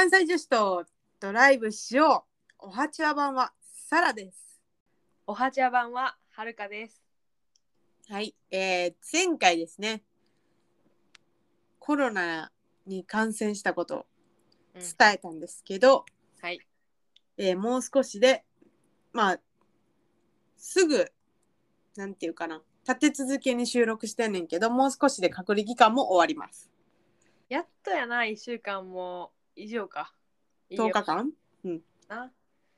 関西女子とドライブしよう。おはちわ版はサラです。 おはちゃ版ははるかです。 はい、前回ですね、コロナに感染したことを伝えたんですけど、 はい。 もう少しで、すぐ、なんていうかな、立て続けに収録してんねんけど、もう少しで隔離期間も終わります。 やっとやな、1週間も以上か。いい 10 よ日間な。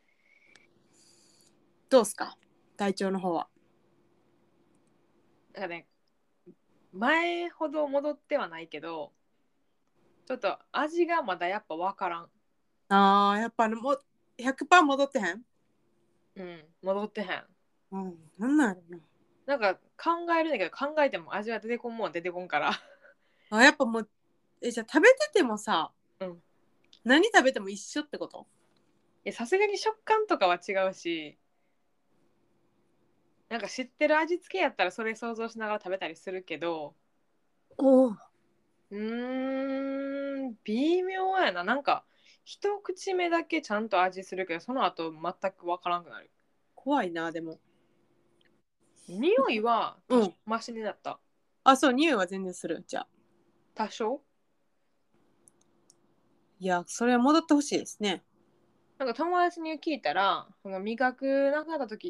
どうすか体調の方は。 なんかね、前ほど戻ってはないけど、ちょっと味がまだやっぱわからん。 やっぱもう 100% 戻ってへん。 戻ってへん。 なんなんやろな。 なんか考えるんだけど、考えても味は出てこんもん出てこんから。 やっぱもう、じゃあ食べててもさ、 うん。 何食べても一緒ってこと？ さすがに食感とかは違うし、なんか知ってる味付けやったらそれ想像しながら食べたりするけど、 お微妙やな。なんか一口目だけちゃんと味するけど、その後全くわからんくなる。 怖いな、でも。 匂いは多少マシになった。 そう、匂いは全然する。じゃあ。 多少。 いや、それは戻ってほしいですね。 なんか友達に聞いたら、その味覚なくなった時って、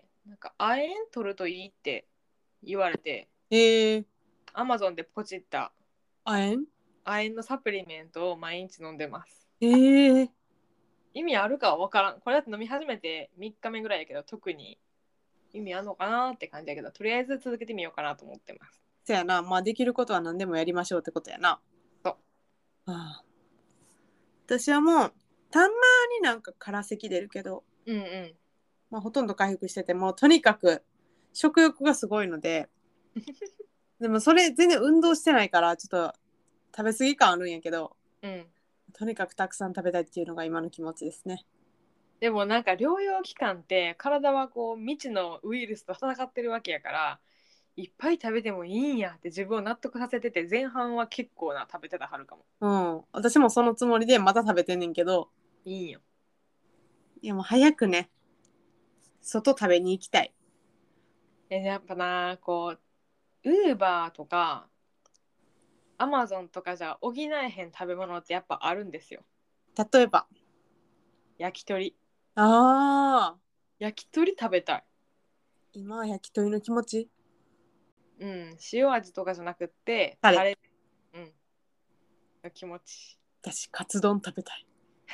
なんか亜鉛取るといいって言われて、アマゾンでポチった亜亜鉛のサプリメントを毎日飲んでます。 鉛意味あるかは分からん。これだって飲み始めて3日目ぐらいやけど、特に意味あるのかなって感じやけど、とりあえず続けてみようかなと思ってます。 そやな。できることは何でもやりましょうってことやな。 そう。 ああ、私はもう、たまになんか空咳出るけど、 うんうん。 ほとんど回復してて、もうとにかく食欲がすごいので、でもそれ全然運動してないから、ちょっと食べ過ぎ感あるんやけど、 うん。 とにかくたくさん食べたいっていうのが今の気持ちですね。 でもなんか療養期間って体はこう未知のウイルスと戦ってるわけやから、いっぱい食べてもいいんやって自分を納得させてて、前半は結構な食べてたはるかも。 私もそのつもりでまた食べてんねんけど、 いいんよ。 いやもう早くね、外食べに行きたい。 やっぱな、こうウーバーとかアマゾンとかじゃ補えへん食べ物ってやっぱあるんですよ。 例えば、 焼き鳥。 あー、 焼き鳥食べたい。 今は焼き鳥の気持ち。 塩味とかじゃなくってタレ。 タレ。の気持ち。 私、カツ丼食べたい。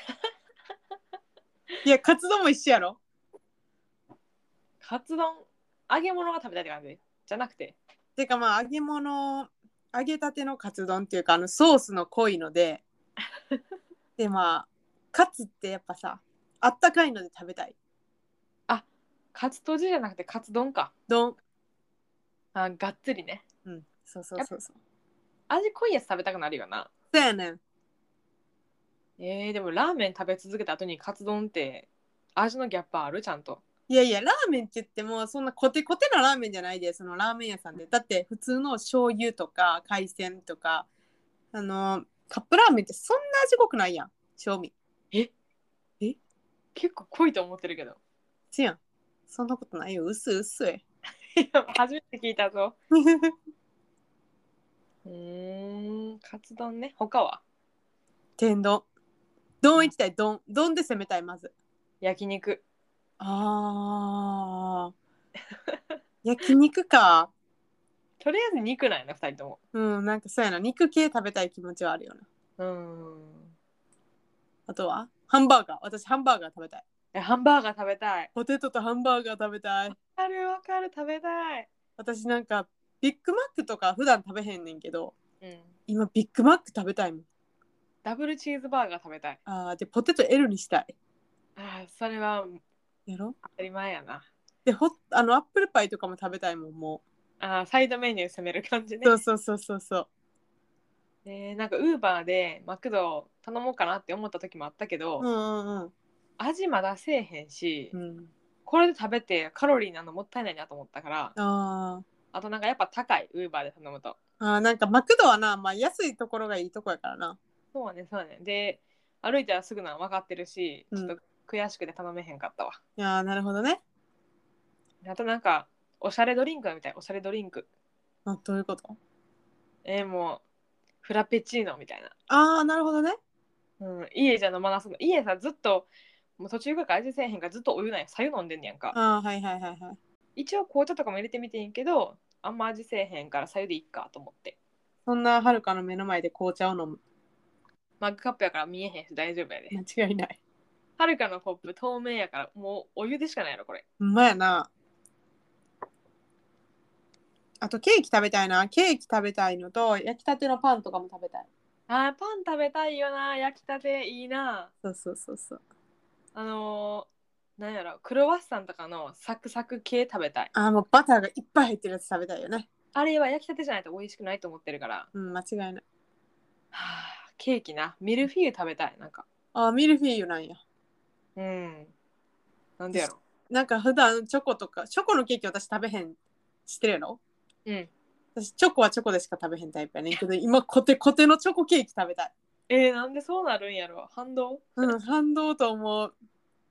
いや、カツ丼も一緒やろ。 カツ丼、揚げ物が食べたいって感じじゃなくて。 てか揚げ物、揚げたてのカツ丼っていうか、ソースの濃いので、でカツってやっぱさ、あったかいので食べたい。 あ、カツとじじゃなくてカツ丼か。 丼。 がっつりね。 そうそうそうそう。 味濃いやつ食べたくなるよな。 そうやねん。 でもラーメン食べ続けた後にカツ丼って味のギャップあるちゃんと。 いやいや、ラーメンって言っても、そんなコテコテなラーメンじゃないで、そのラーメン屋さんで。だって、普通の醤油とか、海鮮とか、カップラーメンってそんな味濃くないやん、賞味。 ええ結構濃いと思ってるけど。 ちやん。そんなことないよ、薄い薄い。 初めて聞いたぞ。カツ丼ね。他は？ 天丼。丼行きたい、丼。丼で攻めたい、まず。 焼肉。 焼肉か。 とりあえず肉なんやな、2人とも。 なんかそうやな。肉系食べたい気持ちはあるよな。 うーん。 あとはハンバーガー。私、ハンバーガー食べたい。 ハンバーガー食べたい。 ポテトとハンバーガー食べたい。 わかるわかる、食べたい。 私なんか、ビッグマックとか普段食べへんねんけど、 うん。 今ビッグマック食べたいもん。 ダブルチーズバーガー食べたい。 で、ポテト L にしたい。 それはやろ。 当たり前やな。 で、アップルパイとかも食べたいもん、もサイドメニュー攻める感じう。 ね。 そうそうそうそう。 なんかウーバーでマクド頼もうかなって思った時もあったけど、味まだせえへんし、これで食べてカロリーなのもったいないなと思ったから、あとなんかやっぱ高い、ウーバーで頼むと。 なんかマクドはな、安いところがいいとこやからな。 そうね、そうね。で、 歩いたらすぐなの分かってるし、 うんちょっと悔しくて頼めへんかったわ。 いやーなるほどね。 あとなんかおしゃれドリンクみたい、おしゃれドリンク。 どういうこと？ もうフラペチーノみたいな。 ああなるほどね。 家じゃ飲まなすの。家さずっともう途中から味せえへんからずっとお湯なんや。白湯飲んでんねやんか。 ああはいはいはいはい。 一応紅茶とかも入れてみてんけど、あんま味せえへんから白湯でいっかと思って。 そんなはるかの目の前で紅茶を飲む。 マグカップやから見えへんし大丈夫やで。 間違いない。 はるかのコップ透明やからもうお湯でしかないやろこれ。 うまやな。あとケーキ食べたいな。ケーキ食べたいのと焼きたてのパンとかも食べたい。 パン食べたいよな。焼きたていいな。 そうそうそうそう。 なんやろ、クロワッサンとかのサクサク系食べたい。 もうバターがいっぱい入ってるやつ食べたいよね。 あれは焼きたてじゃないと美味しくないと思ってるから。 間違いない。 ケーキな。ミルフィーユ食べたい。なんか。 ミルフィーユなんや。 なんでやろ。 なんか普段チョコとか、チョコのケーキ私食べへん。知ってるやろ？私チョコはチョコでしか食べへんタイプやねんけど、今コテコテのチョコケーキ食べたい。 なんでそうなるんやろ。反動？ 反動と思う。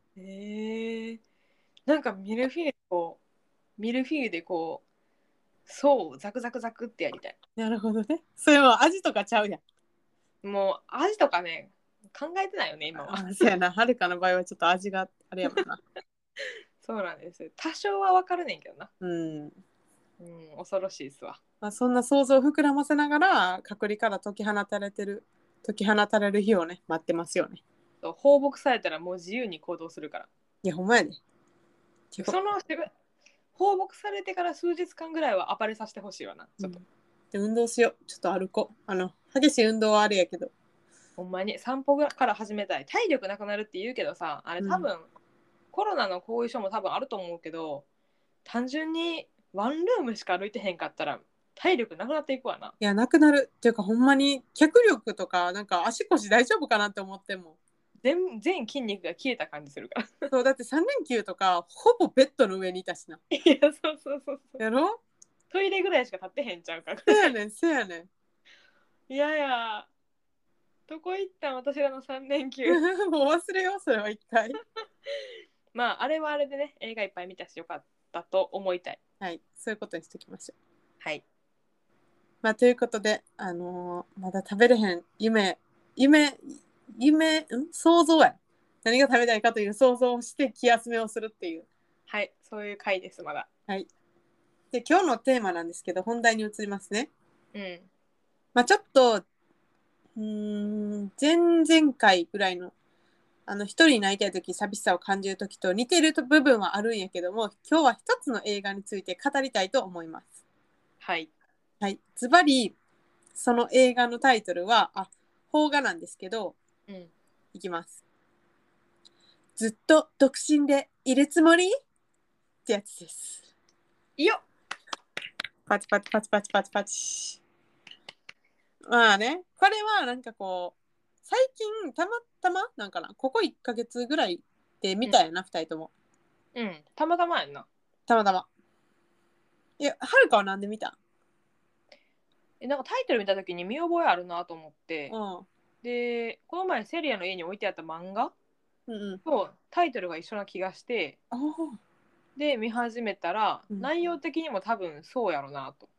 なんかミルフィーユでこう、そうザクザクザクってやりたい。 なるほどね。それは味とかちゃうやん。 もう味とかね、考えてないよね、今は。 そうやな。はるかの場合はちょっと味があれやもんな。 そうなんです。多少はわかるねんけどな。 うん。 恐ろしいっすわ。 そんな想像を膨らませながら、隔離から解き放たれる日をね、待ってますよね。 放牧されたらもう自由に行動するから。 いや、ほんまやで。 放牧されてから数日間ぐらいは暴れさせてほしいわな。ちょっと。 で運動しよう。ちょっと歩こう。激しい運動はあれやけど。 ほんまに散歩から始めたい。体力なくなるって言うけどさ、あれ多分、コロナの後遺症も多分あると思うけど、単純にワンルームしか歩いてへんかったら体力なくなっていくわな。 いや、なくなる。っていうか、ほんまに脚力とか、なんか足腰大丈夫かなって思っても。 全筋肉が消えた感じするから。 そう、だって3連休とか、ほぼベッドの上にいたしな。 いや、そうそうそうそう。 やろ？ トイレぐらいしか立ってへんちゃうから。 せやねん、せやねん。 いやいや、どこ行ったん私らの3連休。 もう忘れよう、それは一回。 まあ、あれはあれでね、映画いっぱい見たしよかったと思いたい。 はい、そういうことにしておきましょう。 はい。 ということで、まだ食べれへん想像や。何が食べたいかという想像をして気休めをするっていう。 はい、そういう回です、まだ。 はい。で、今日のテーマなんですけど、本題に移りますね。 うん。 ちょっと、前々回ぐらいの、一人になりたい時、寂しさを感じる時と似てる部分はあるんやけども、今日は一つの映画について語りたいと思います。 はい。 はい。ズバリ、その映画のタイトルは、邦画なんですけど、いきます。ずっと独身でいるつもりってやつです。 いいよ。 パチパチパチパチパチパチ。まあね、これはなんかこう、最近たまたまなんかな、ここ1ヶ月ぐらいで見たよな、2人とも。 たまたまやんな。 たまたま。いや、はるかはなんで見た？ なんかタイトル見た時に見覚えあるなと思って、でこの前セリアの家に置いてあった漫画とタイトルが一緒な気がして、で見始めたら、内容的にも多分そうやろなと。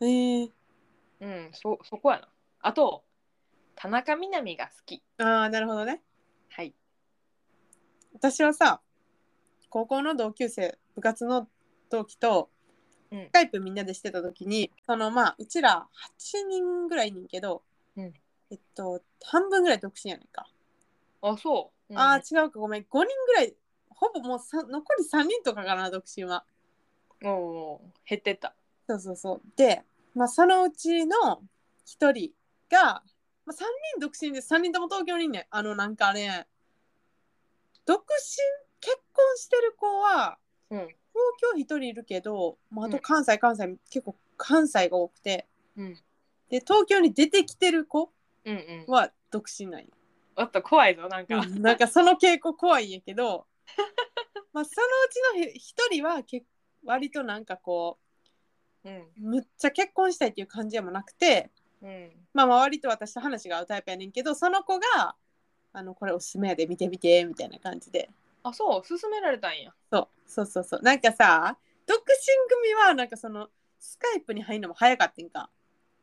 そこやな。あと田中みな実が好き。 なるほどね。 はい。 私はさ、高校の同級生、部活の同期とスカイプみんなでしてた時に、うちら8人ぐらいいんけど、半分ぐらい独身やねんか。 そう。 違うか、ごめん、5人ぐらい、ほぼもう残り3人とかかな、独身は。 減ってった。 そうで、そのうちの1人が、3人独身で3人とも東京にいんねん。なんかね、独身結婚してる子は、東京1人いるけど、あと関西結構関西が多くて、で東京に出てきてる子は独身なんよ。 あと怖いぞ、なんか、 なんかその傾向怖いんやけどそのうちの1人は割となんかこう、むっちゃ結婚したいっていう感じでもなくて、割と私と話が合うタイプやねんけど、その子がこれおすすめやで見てみてみたいな感じで。 あ、そう勧められたんや。 そうなんかさ、独身組はなんかそのスカイプに入るのも早かったんか。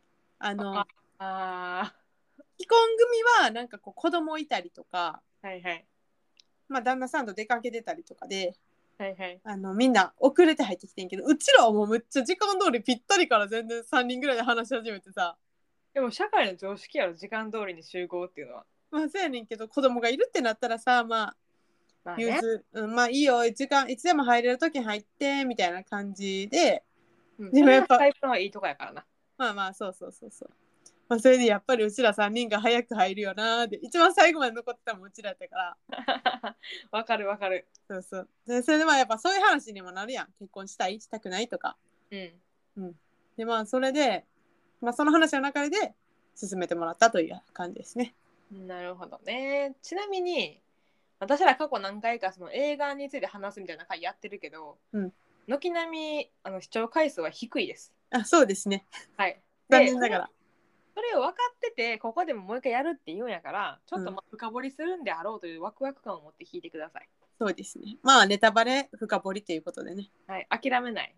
あ既婚組はなんかこう子供いたりとか、 はいはいまあ旦那さんと出かけてたりとかで、 はいはい。 みんな遅れて入ってきてんけど、うちらはもうめっちゃ時間通りぴったりから全然3人ぐらいで話し始めてさ。 でも社会の常識やろ、時間通りに集合っていうのは。 まあそうやねんけど、子供がいるってなったらさ、まあまあね。 まあいいよ、時間いつでも入れる時入ってみたいな感じで、 それがでもやっぱスカイプのいいとこやからな。 まあそう。まあ、それでやっぱりうちら3人が早く入るよなーで、一番最後まで残ってたのもうちらやったから。 わかるわかる。 そうで、それでまあやっぱそういう話にもなるやん。結婚したくないとか。でまあそれで、まあその話の中で進めてもらったという感じですね。 なるほどね。ちなみに私ら過去何回かその映画について話すみたいな回やってるけど、軒並み視聴回数は低いです。 そうですね。 はい。 残念ながら。 それを分かっててここでももう一回やるって言うんやから、ちょっと深掘りするんであろうというワクワク感を持って聞いてください。 そうですね。まあネタバレ深掘りということでね。 はい、諦めない。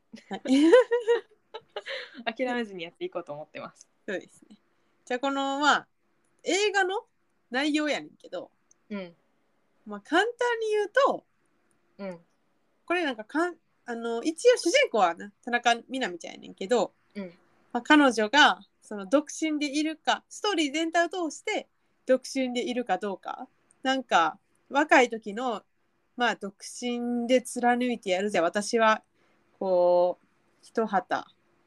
諦めずにやっていこうと思ってます。 そうですね。じゃあこのまあ映画の内容やねんけど、まあ簡単に言うと、これなんか一応主人公はな田中みな実ちゃんやねんけど、まあ、彼女がその独身でいるか、ストーリー全体を通して独身でいるかどうか、なんか若い時のまあ独身で貫いてやるぜ、私はこう一旗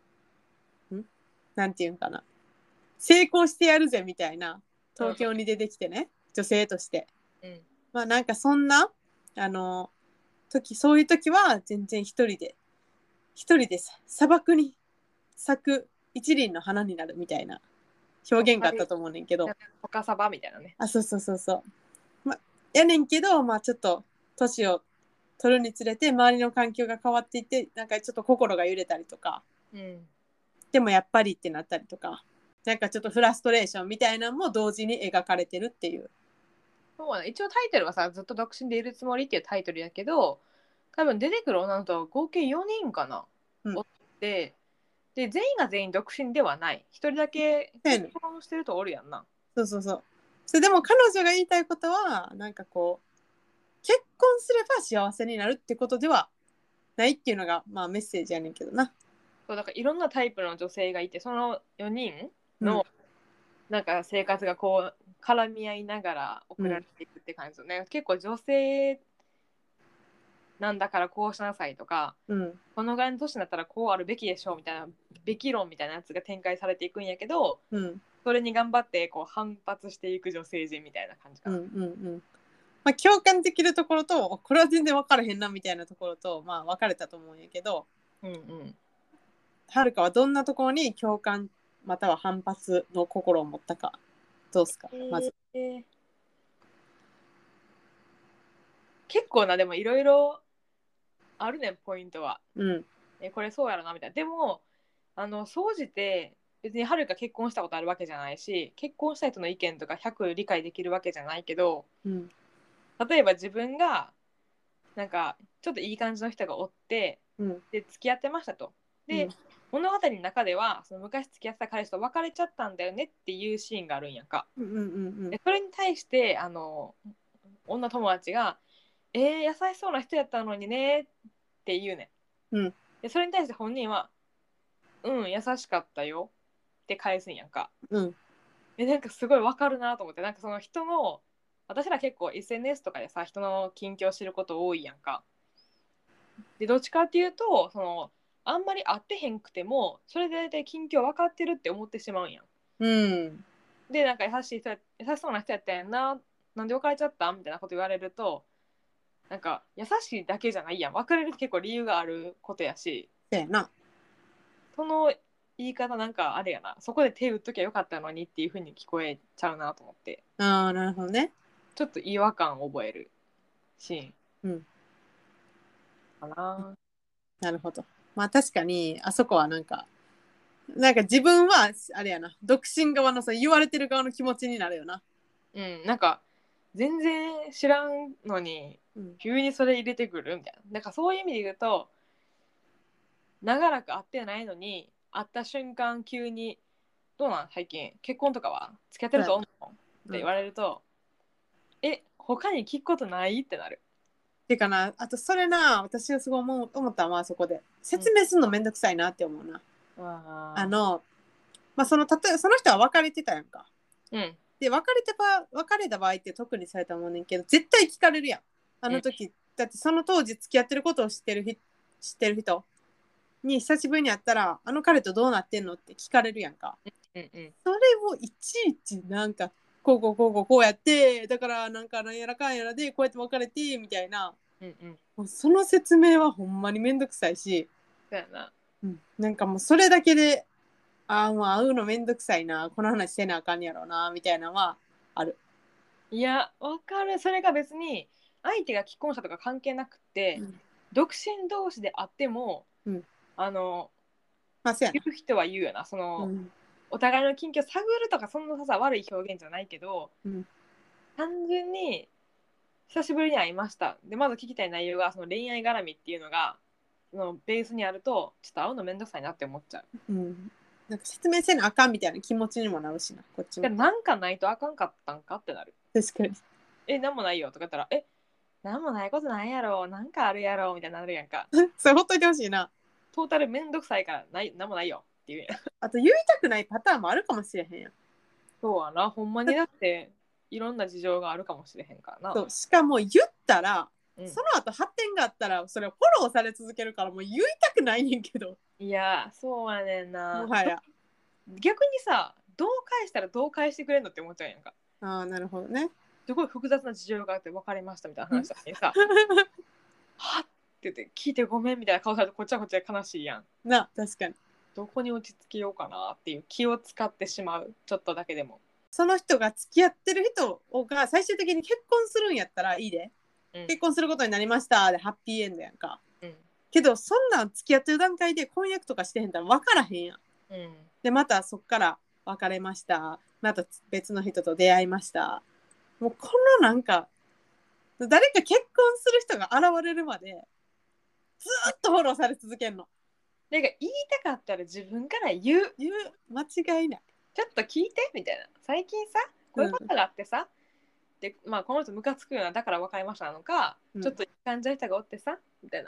なんていうんかな、成功してやるぜみたいな、東京に出てきてね、女性として、まあなんかそんなそういう時は全然一人で砂漠に咲く一輪の花になるみたいな表現があったと思うねんけど、 ポカサバみたいなね。 そう、やねんけど、まあちょっと年を取るにつれて周りの環境が変わっていって、なんかちょっと心が揺れたりとか、でもやっぱりってなったりとか、なんかちょっとフラストレーションみたいなのも同時に描かれてるっていう。 そうね、一応タイトルはさ、ずっと独身でいるつもりっていうタイトルやけど、多分出てくる女の人は合計4人かな、おって、で全員が全員独身ではない、一人だけ結婚してるとおるやんな。 それでも彼女が言いたいことはなんかこう、結婚すれば幸せになるってことではないっていうのがまあメッセージやねんけどな。 そうだからいろんなタイプの女性がいて、その4人のなんか生活がこう絡み合いながら送られていくって感じですよね。結構女性なんだからこうしなさいとか、このぐらいの年になったらこうあるべきでしょうみたいな、べき論みたいなやつが展開されていくんやけど、それに頑張ってこう反発していく女性陣みたいな感じかな。 まあ、共感できるところとこれは全然分からへんなみたいなところと、まあ分かれたと思うんやけど、はるかはどんなところに共感または反発の心を持ったか、どうすか、まず。 結構な、でもいろいろあるね、ポイントは。これそうやろなみたいな。でも総じて別にはるか結婚したことあるわけじゃないし、結婚した人の意見とか100理解できるわけじゃないけど、例えば自分がなんかちょっといい感じの人がおって、で付き合ってましたと。で、物語の中ではその昔付き合ってた彼氏と別れちゃったんだよねっていうシーンがあるんやんか。でそれに対して女友達が優しそうな人やったのにねって言うねん。でそれに対して本人は優しかったよって返すんやんか。なんかすごいわかるなと思って、なんかその人の、私ら結構 SNS とかでさ人の近況を知ること多いやんか。でどっちかっていうとあんまり会ってへんくてもそれで大体近況分かってるって思ってしまうんやん。でなんか優しそうな人やったんやな、なんで別れちゃったみたいなこと言われると、なんか優しいだけじゃないやん、別れるって結構理由があることやし、その言い方なんかあれやな、そこで手打っときゃよかったのにっていう風に聞こえちゃうなと思って。 なるほどね。 ちょっと違和感を覚えるシーン、かな。 なるほど。まあ確かにあそこはなんか自分はあれやな、独身側のさ言われてる側の気持ちになるよな。 なんか全然知らんのに急にそれ入れてくるみたいな。だからそういう意味で言うと、長らく会ってないのに会った瞬間急にどうなん最近結婚とかは付き合ってると思うって言われると、他に聞くことないってなる。 てかな、あとそれな、私がすごい思ったのは、そこで説明するのめんどくさいなって思うな。その人は別れてたやんか。で別れた場合って特にされたもんねんけど、絶対聞かれるやん。あの時、だってその当時付き合ってることを知ってる人に久しぶりに会ったら、あの彼とどうなってんのって聞かれるやんか。それをいちいちなんかこうやって、だからなんやらかんやらでこうやって別れてみたいな、もうその説明はほんまにめんどくさいし、 そうやな、 なんかもうそれだけでもう会うのめんどくさいな、この話せなあかんやろうなみたいなのはある。 いやわかる。それが別に相手が既婚者とか関係なくて、独身同士で会っても、言う人は言うよな。その、お互いの近況を探るとかそんなさ悪い表現じゃないけど、単純に久しぶりに会いましたでまず聞きたい内容がその恋愛絡みっていうのがそのベースにあると、ちょっと会うのめんどくさいなって思っちゃう。 なんか説明せなあかんみたいな気持ちにもなるしな、こっちも。 なんかないとあかんかったんかってなる。 確かに。 なんもないよとか言ったら、なんもないことないやろ、なんかあるやろみたいになるやんか。 それほっといてほしいな。 トータルめんどくさいからなんもないよっていうやん。 あと言いたくないパターンもあるかもしれへんやん。 そうやな、ほんまにだっていろんな事情があるかもしれへんからな。 そう、しかも言ったら、その後発展があったらそれフォローされ続けるからもう言いたくないねんけど。 いやそうやねんな。 もはや逆にさ、どう返したらどう返してくれんのって思っちゃうやんか。 なるほどね。 すごい複雑な事情があって別れましたみたいな話だにさはっって言って聞いてごめんみたいな顔されてこっちはこっちで悲しいやんな。確かにどこに落ち着けようかなっていう気を使ってしまう、ちょっとだけでも。 その人が付き合ってる人が最終的に結婚するんやったらいいで、結婚することになりましたでハッピーエンドやんか、けどそんなん付き合ってる段階で婚約とかしてへんたら分からへんやん、でまたそっから別れました、また別の人と出会いました、もうこのなんか誰か結婚する人が現れるまでずっとフォローされ続けるの。 なんか言いたかったら自分から言う間違いない。 ちょっと聞いてみたいな、最近さこういうことがあってさ、でこの人ムカつくようなだから別れましたなのか、ちょっといい感じの人がおってさみたいな、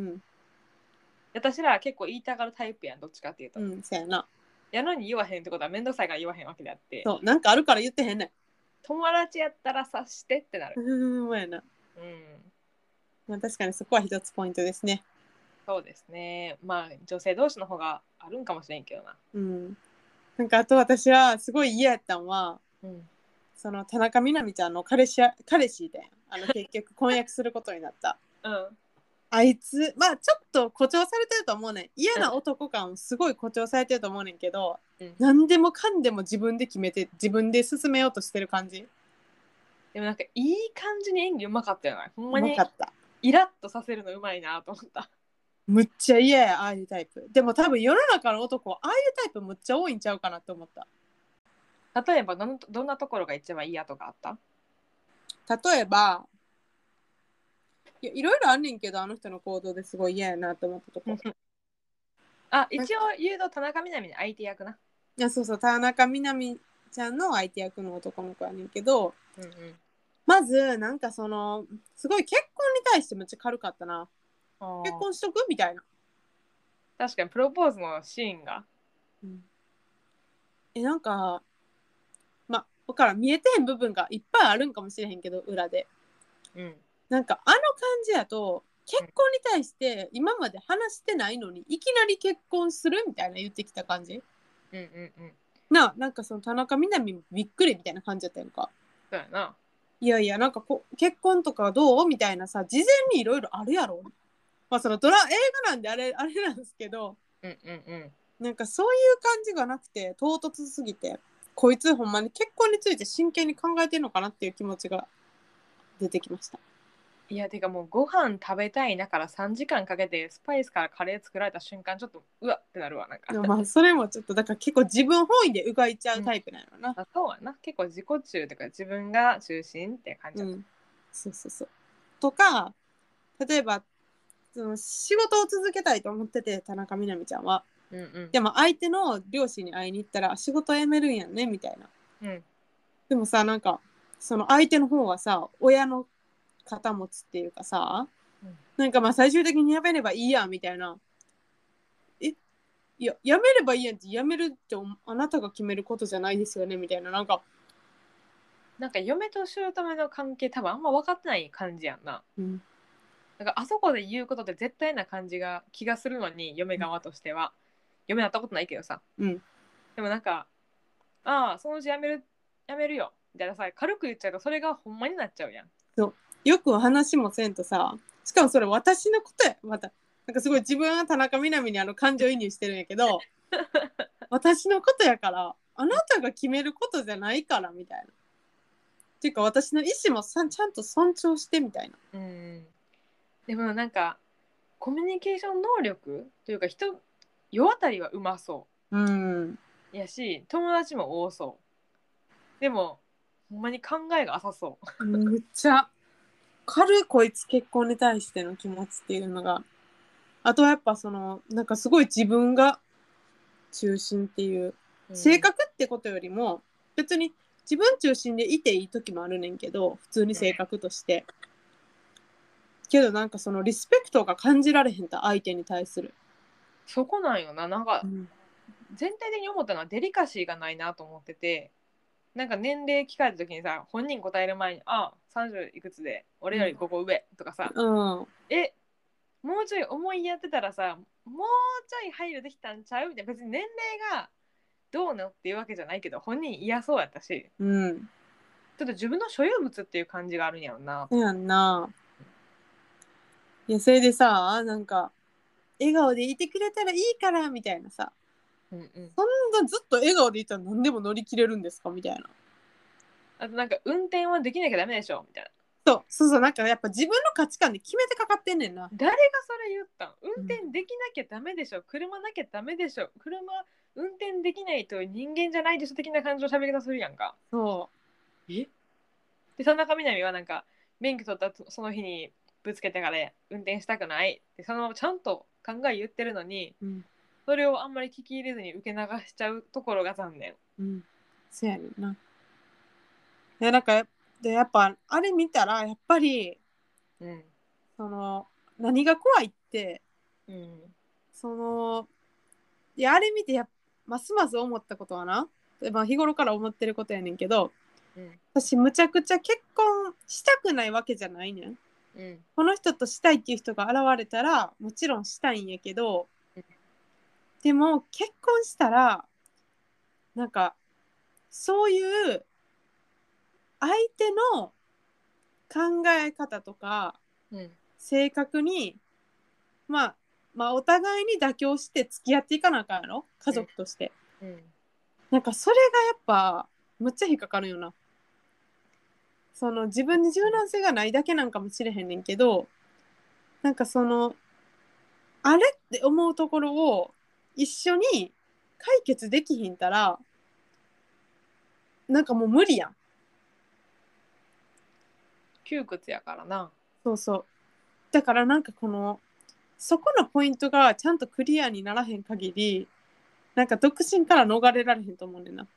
私らは結構言いたがるタイプやん、どっちかっていうと。 そうやな。 やのに言わへんってことはめんどくさいから言わへんわけであって、 そうなんかあるから言ってへんねん。 友達やったら察してってなる。 やな。確かにそこは一つポイントですね。 そうですね。女性同士の方があるんかもしれんけどな。 なんかあと私はすごい嫌やったんは、その田中みな実ちゃんの彼氏で結局婚約することになった。あいつちょっと誇張されてると思うねん。嫌な男感すごい誇張されてると思うねんけど、何でもかんでも自分で決めて自分で進めようとしてる感じ。 でもなんかいい感じに演技うまかったよな。ほんまにうまかった。 イラッとさせるのうまいなと思った。 むっちゃ嫌や、ああいうタイプ。でも多分世の中の男ああいうタイプむっちゃ多いんちゃうかなって思った。 例えばどんなところが一番嫌とかあった？ 例えばいろいろあんねんけど、あの人の行動ですごい嫌やなと思ったとこ一応言うと田中みな実の相手役な。 いやそう田中みな実ちゃんの相手役の男の子やねんけど、まずなんかそのすごい結婚に対してめっちゃ軽かったな。結婚しとくみたいな。 確かにプロポーズのシーンが、 なんかだから見えてへん部分がいっぱいあるんかもしれへんけど裏で、なんか感じやと結婚に対して今まで話してないのにいきなり結婚するみたいな言ってきた感じ、なんかその田中みな実びっくりみたいな感じだったやんか。 そうやな。 いやいやなんか結婚とかどうみたいなさ、事前にいろいろあるやろ。その映画なんであれなんですけど、なんかそういう感じがなくて唐突すぎて、こいつほんまに結婚について真剣に考えてるのかなっていう気持ちが出てきました。 いやてかもうご飯食べたいだから3時間かけてスパイスからカレー作られた瞬間ちょっとうわってなるわなんか。 まあそれもちょっとだから結構自分本位でうがいちゃうタイプなのな、 あそうやな結構自己中とか自分が中心って感じだった、 そうそうそうとか例えばその仕事を続けたいと思ってて田中みな実ちゃんは、でも相手の両親に会いに行ったら仕事辞めるんやんねみたいな、でもさなんかその相手の方はさ親の肩持つっていうかさ、なんかまあ最終的に辞めればいいやみたいな、いや辞めればいいやんって辞めるってあなたが決めることじゃないですよねみたいな、なんか嫁と姑の関係多分あんま分かってない感じやんな、なんかあそこで言うことって絶対な感じが気がするのに嫁側としては、嫁なったことないけどさ、でもなんかああそのうちやめるよみたいなさ軽く言っちゃうとそれがほんまになっちゃうやん。 そうよく話もせんとさ、しかもそれ私のことやまたなんかすごい自分は田中みな実に感情移入してるんやけど私のことやからあなたが決めることじゃないからみたいな、っていうか私の意思もちゃんと尊重してみたいな。 でもなんかコミュニケーション能力というか世渡りはうまそう、やし友達も多そう、でもほんまに考えが浅そう。 めっちゃ軽いこいつ結婚に対しての気持ちっていうのが、あとはやっぱそのなんかすごい自分が中心っていう、性格ってことよりも別に自分中心でいていい時もあるねんけど普通に性格として、けどなんかそのリスペクトが感じられへんと相手に対する。 そこなんよな、なんか、全体的に思ったのはデリカシーがないなと思ってて、なんか年齢聞かれた時にさ本人答える前に「あ30いくつで俺より5個上」とかさ、もうちょい思いやってたらさもうちょい配慮できたんちゃうみたいな、別に年齢がどうのっていうわけじゃないけど本人嫌そうやったし、ちょっと自分の所有物っていう感じがあるんやろな。 やんな。いやそれでさなんか笑顔でいてくれたらいいからみたいなさ、そんなずっと笑顔でいたら何でも乗り切れるんですかみたいな。 あとなんか運転はできなきゃダメでしょみたいな。 そうなんかやっぱ自分の価値観で決めてかかってんねんな。 誰がそれ言ったん？運転できなきゃダメでしょ、車なきゃダメでしょ、車運転できないと人間じゃないでしょ的な感情喋り方するやんか。で田中みな実はなんか免許取ったその日にぶつけてから運転したくないってそのままちゃんと考え言ってるのに、それをあんまり聞き入れずに受け流しちゃうところが残念。 そうやねんな。なんかでやっぱあれ見たらやっぱり、その何が怖いって、そのいやあれ見てますます思ったことはな、まあ、日頃から思ってることやねんけど、私むちゃくちゃ結婚したくないわけじゃないねん、この人としたいっていう人が現れたらもちろんしたいんやけど、でも結婚したらなんかそういう相手の考え方とか、性格にまあお互いに妥協して付き合っていかなあかんやろ家族として、なんかそれがやっぱむっちゃ引っかかるよな。その自分に柔軟性がないだけなんかもしれへんねんけど、なんかそのあれって思うところを一緒に解決できひんたらなんかもう無理やん。 窮屈やからな。 そうだからなんかそこのポイントがちゃんとクリアにならへん限りなんか独身から逃れられへんと思うねんな。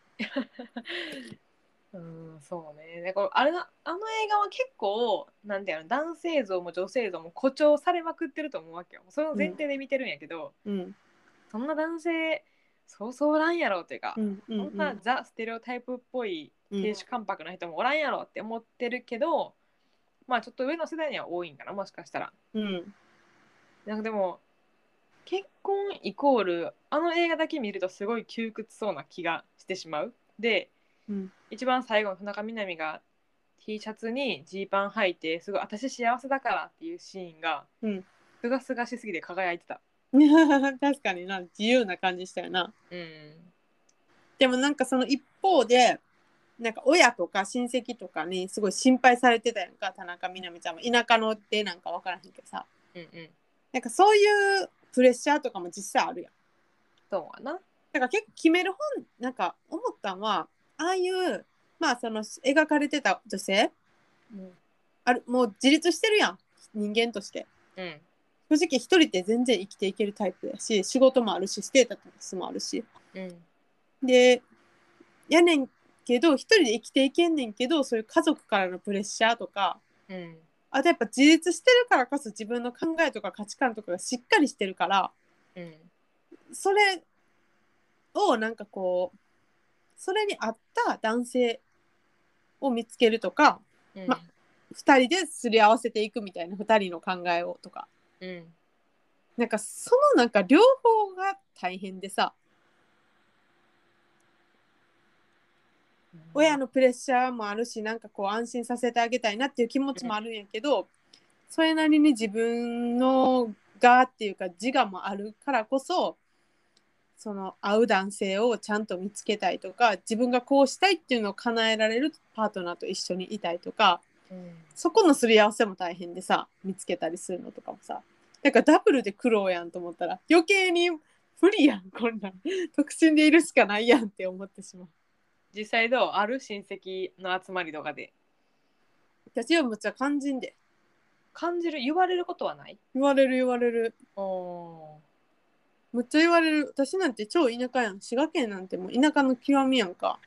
そうね。であの映画は結構なんていうの、男性像も女性像も誇張されまくってると思うわけよ。その前提で見てるんやけど、そんな男性そうそうおらんやろっていうか、そんなザ・ステレオタイプっぽい亭主関白な人もおらんやろって思ってるけど、まあちょっと上の世代には多いんかな、もしかしたら。なんかでも結婚イコールあの映画だけ見るとすごい窮屈そうな気がしてしまう。で、一番最後の田中みな実が T シャツにジーパン履いてすごい私幸せだからっていうシーンがすがすがしすぎて輝いてた。 確かに自由な感じしたよな。でもなんかその一方でなんか親とか親戚とかにすごい心配されてたやんか、田中みな実ちゃんも。田舎のってなんか分からへんけどさ、 うんうん。 なんかそういうプレッシャーとかも実際あるやん。 そうかな。 だから結構決める本なんか思ったんは、ああいうまあその描かれてた女性、 うん、 あるもう自立してるやん、人間として。 うん、 正直一人で全然生きていけるタイプやし、仕事もあるしステータスもあるし、 うん、 でやねんけど一人で生きていけんねんけど、そういう家族からのプレッシャーとか、 うん、 あとやっぱ自立してるからこそ自分の考えとか価値観とかがしっかりしてるから、 うん、 それをなんかこうそれに合った男性を見つけるとか、 うん、 まあ2人ですり合わせていくみたいな、2人の考えをとか、 うん、 なんかそのなんか両方が大変でさ、親のプレッシャーもあるし、なんかこう安心させてあげたいなっていう気持ちもあるんやけど、それなりに自分のがっていうか自我もあるからこそ、その合う男性をちゃんと見つけたいとか、自分がこうしたいっていうのを叶えられるパートナーと一緒にいたいとか、 うん、 そこのすり合わせも大変でさ、見つけたりするのとかもさ、だからダブルで苦労やんと思ったら余計に無理やん、こんなん独身でいるしかないやんって思ってしまう。 実際どうある親戚の集まりとかで私はむっちゃ肝心で。 感じる、言われることはない？ 言われる言われる。 おー。 むっちゃ言われる。私なんて超田舎やん。滋賀県なんてもう田舎の極みやんか。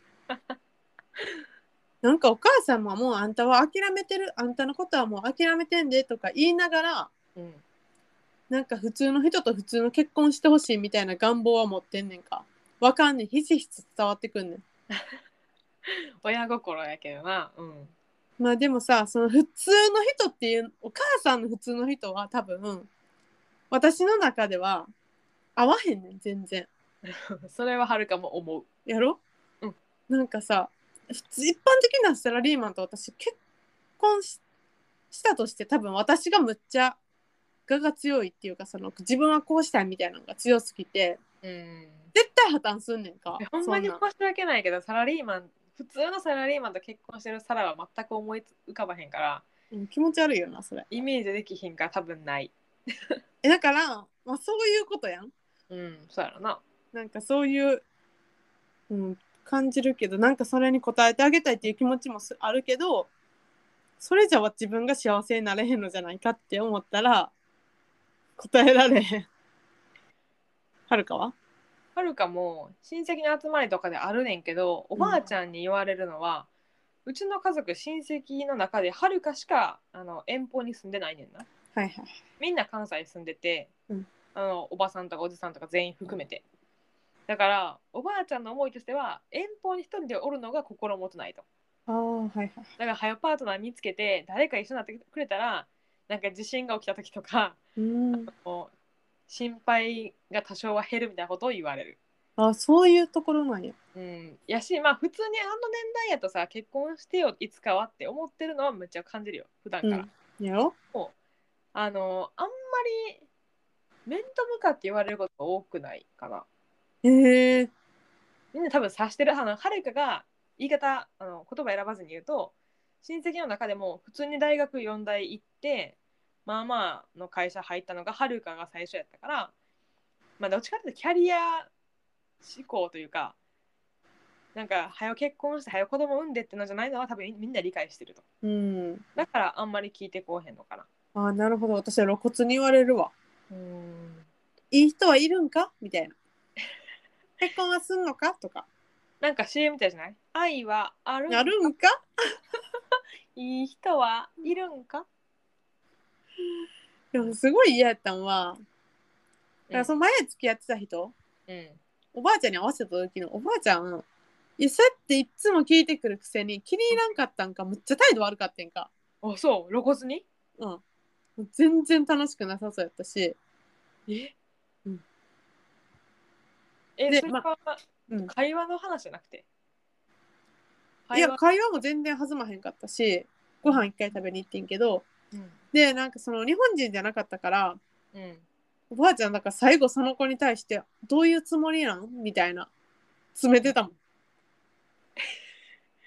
なんかお母さんももうあんたは諦めてる。あんたのことはもう諦めてんでとか言いながら、 うん、 なんか普通の人と普通の結婚してほしいみたいな願望は持ってんねんか。わかんねん。ひしひし伝わってくんねん。 親心やけどな。うん、 まあでもさ、その普通の人っていう、お母さんの普通の人は多分、私の中では合わへんねん、全然。 それははるかも思う。 やろ、 うん、 なんかさ、普通一般的なサラリーマンと私結婚したとして多分私がむっちゃ我が強いっていうか、その自分はこうしたいみたいなのが強すぎてうん、 絶対破綻すんねんか、 ほんまそんなん。 に申し訳ないけど、サラリーマン、普通のサラリーマンと結婚してるサラは全く思い浮かばへんから、 うん、気持ち悪いよなそれ。 イメージできひんから多分ない。 だから、まあ、そういうことやん。 うん、そうやろな。 なんかそういう、うん、感じるけど、なんかそれに応えてあげたいっていう気持ちもあるけど、それじゃは自分が幸せになれへんのじゃないかって思ったら答えられへん。はるかは？ はるかも親戚の集まりとかであるねんけど、おばあちゃんに言われるのは、うちの家族親戚の中ではるかしか遠方に住んでないねんな。 はいはい。 みんな関西に住んでて、 うん、 おばさんとかおじさんとか全員含めて。だからおばあちゃんの思いとしては遠方に一人でおるのが心もとないと。 ああ、はいはい。 だから早パートナー見つけて誰か一緒になってくれたら、なんか地震が起きた時とか、 うん。 もう心配が多少は減るみたいなことを言われる。 あ、そういうところなんや。 うん、やし、まあ普通にあの年代やとさ、結婚してよいつかはって思ってるのはめっちゃ感じるよ、普段から。 うん。やろ？ もうあんまり面と向かって言われることが多くないかな。 へえ。 みんな多分察してる。はるかが言い方、言葉選ばずに言うと、親戚の中でも普通に大学4大行って、まあまあの会社入ったのがはるかが最初やったから、まあどっちかっていうとキャリア志向というか、なんか早結婚して早子供産んでってのじゃないのは多分みんな理解してると。 うん。 だからあんまり聞いてこうへんのかな。 あ、なるほど。私は露骨に言われるわ。 うーん。 いい人はいるんかみたいな。結婚はすんのかとか。 なんか CM みたいじゃない？愛はあるやんか？ るんか？ いい人はいるんか？ でもすごい嫌やったんは、だからうん。 その前付き合ってた人、 うん。 おばあちゃんに合わせた時のおばあちゃん、いや、そうやっていつも聞いてくるくせに気に入らんかったんか、むっちゃ態度悪かったんか。 あ、そう、露骨に？ うん。もう全然楽しくなさそうやったし。 え、 うん、 え、 で、ま、 それはうん。 会話の話じゃなくて。 いや、 会話。 会話も全然弾まへんかったし、ご飯一回食べに行ってんけど、 うん。 で、なんかその日本人じゃなかったから、 うん。 おばあちゃんなんか最後その子に対して、どういうつもりなんみたいな、詰めてたもん。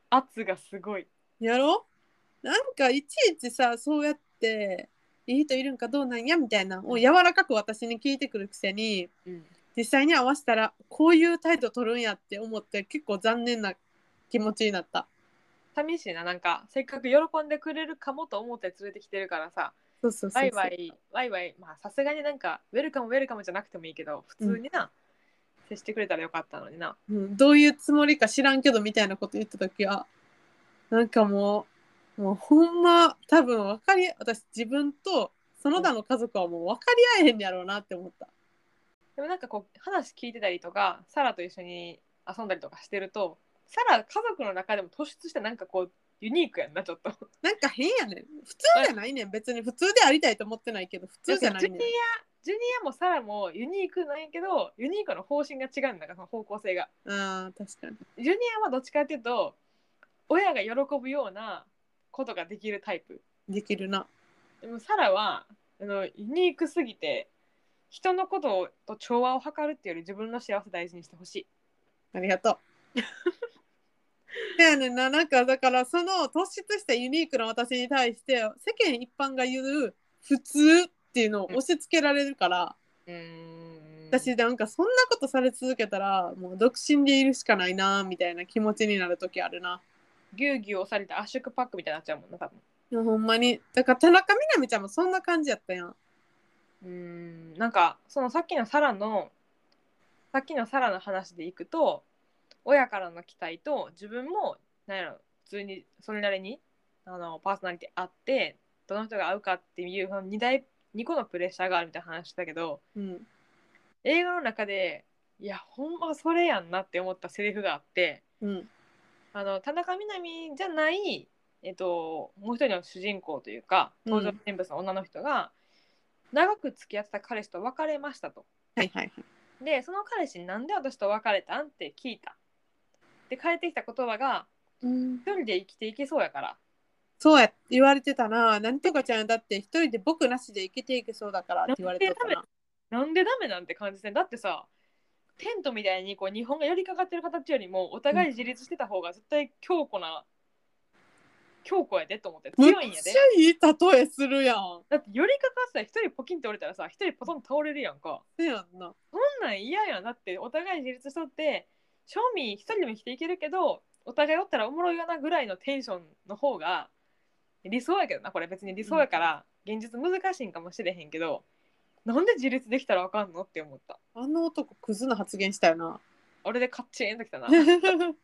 圧がすごい。 やろ、なんかいちいちさ、そうやっていい人いるんかどうなんやみたいなを柔らかく私に聞いてくるくせに、 うん、 実際に合わせたらこういう態度取るんやって思って結構残念な気持ちになった。 寂しいな。なんかせっかく喜んでくれるかもと思って連れてきてるからさ、 そうそうそうそう、 ワイワイワイワイ、まあさすがになんかウェルカムウェルカムじゃなくてもいいけど、普通にな、接してくれたらよかったのにな。 うん、どういうつもりか知らんけどみたいなこと言った時はなんかもうほんま多分私自分とその他の家族はもう分かり合えへんやろうなって思った。 でもなんかこう話聞いてたりとか、サラと一緒に遊んだりとかしてると、サラ家族の中でも突出してなんかこうユニークやんな、ちょっと。 なんか変やねん。普通じゃないねん。別に普通でありたいと思ってないけど、普通じゃないねん。 ジュニアもサラもユニークなんやけど、ユニークの方針が違うんだから、その方向性が。 ああ、確かに。 ジュニアはどっちかっていうと、親が喜ぶようなことができるタイプ。 できるな。 でもサラはユニークすぎて、人のことと調和を図るっていうより自分の幸せ大事にしてほしい。 ありがとう。だよねんな。なんかだからその突出したユニークな私に対して世間一般が言う普通っていうのを押し付けられるから、私なんかそんなことされ続けたらもう独身でいるしかないなみたいな気持ちになる時あるな。 ぎゅうぎゅう押されて圧縮パックみたいになっちゃうもんな、多分。 いやほんまに。だから田中みな実ちゃんもそんな感じやったやん。 なんかそのさっきのサラの話でいくと、親からの期待と自分もなんやろ、普通にそれなりにパーソナリティあって、どの人が合うかっていうその2個のプレッシャーがあるみたいな話したけど、 うん、 映画の中でいやほんまそれやんなって思ったセリフがあって、 うん、 田中みな実じゃない、もう一人の主人公というか登場人物の女の人が、長く付き合ってた彼氏と別れましたと。 はいはいはい。 でその彼氏になんで私と別れたんって聞いた。で返ってきた言葉が、一人で生きていけそうやから。 そうや言われてたな。なんとかちゃんだって一人で僕なしで生きていけそうだからって言われてたな。 なんでダメなんて感じで、だってさ、テントみたいにこう日本が寄りかかってる形よりもお互い自立してた方が絶対強固やでと思って、強いんやで。めっちゃいい例えするやん。 だって寄りかかってたら一人ポキンって折れたらさ、一人ポトン倒れるやんか。 そうやんな。 そんなん嫌やん。だってお互い自立しとって正味一人でも生きていけるけど、お互いおったらおもろいよなぐらいのテンションの方が理想やけどな。これ別に理想やから現実難しいんかもしれへんけど、なんで自立できたらあかんのって思った。 あの男クズな発言したよな。 俺でカッチンときたな。なんで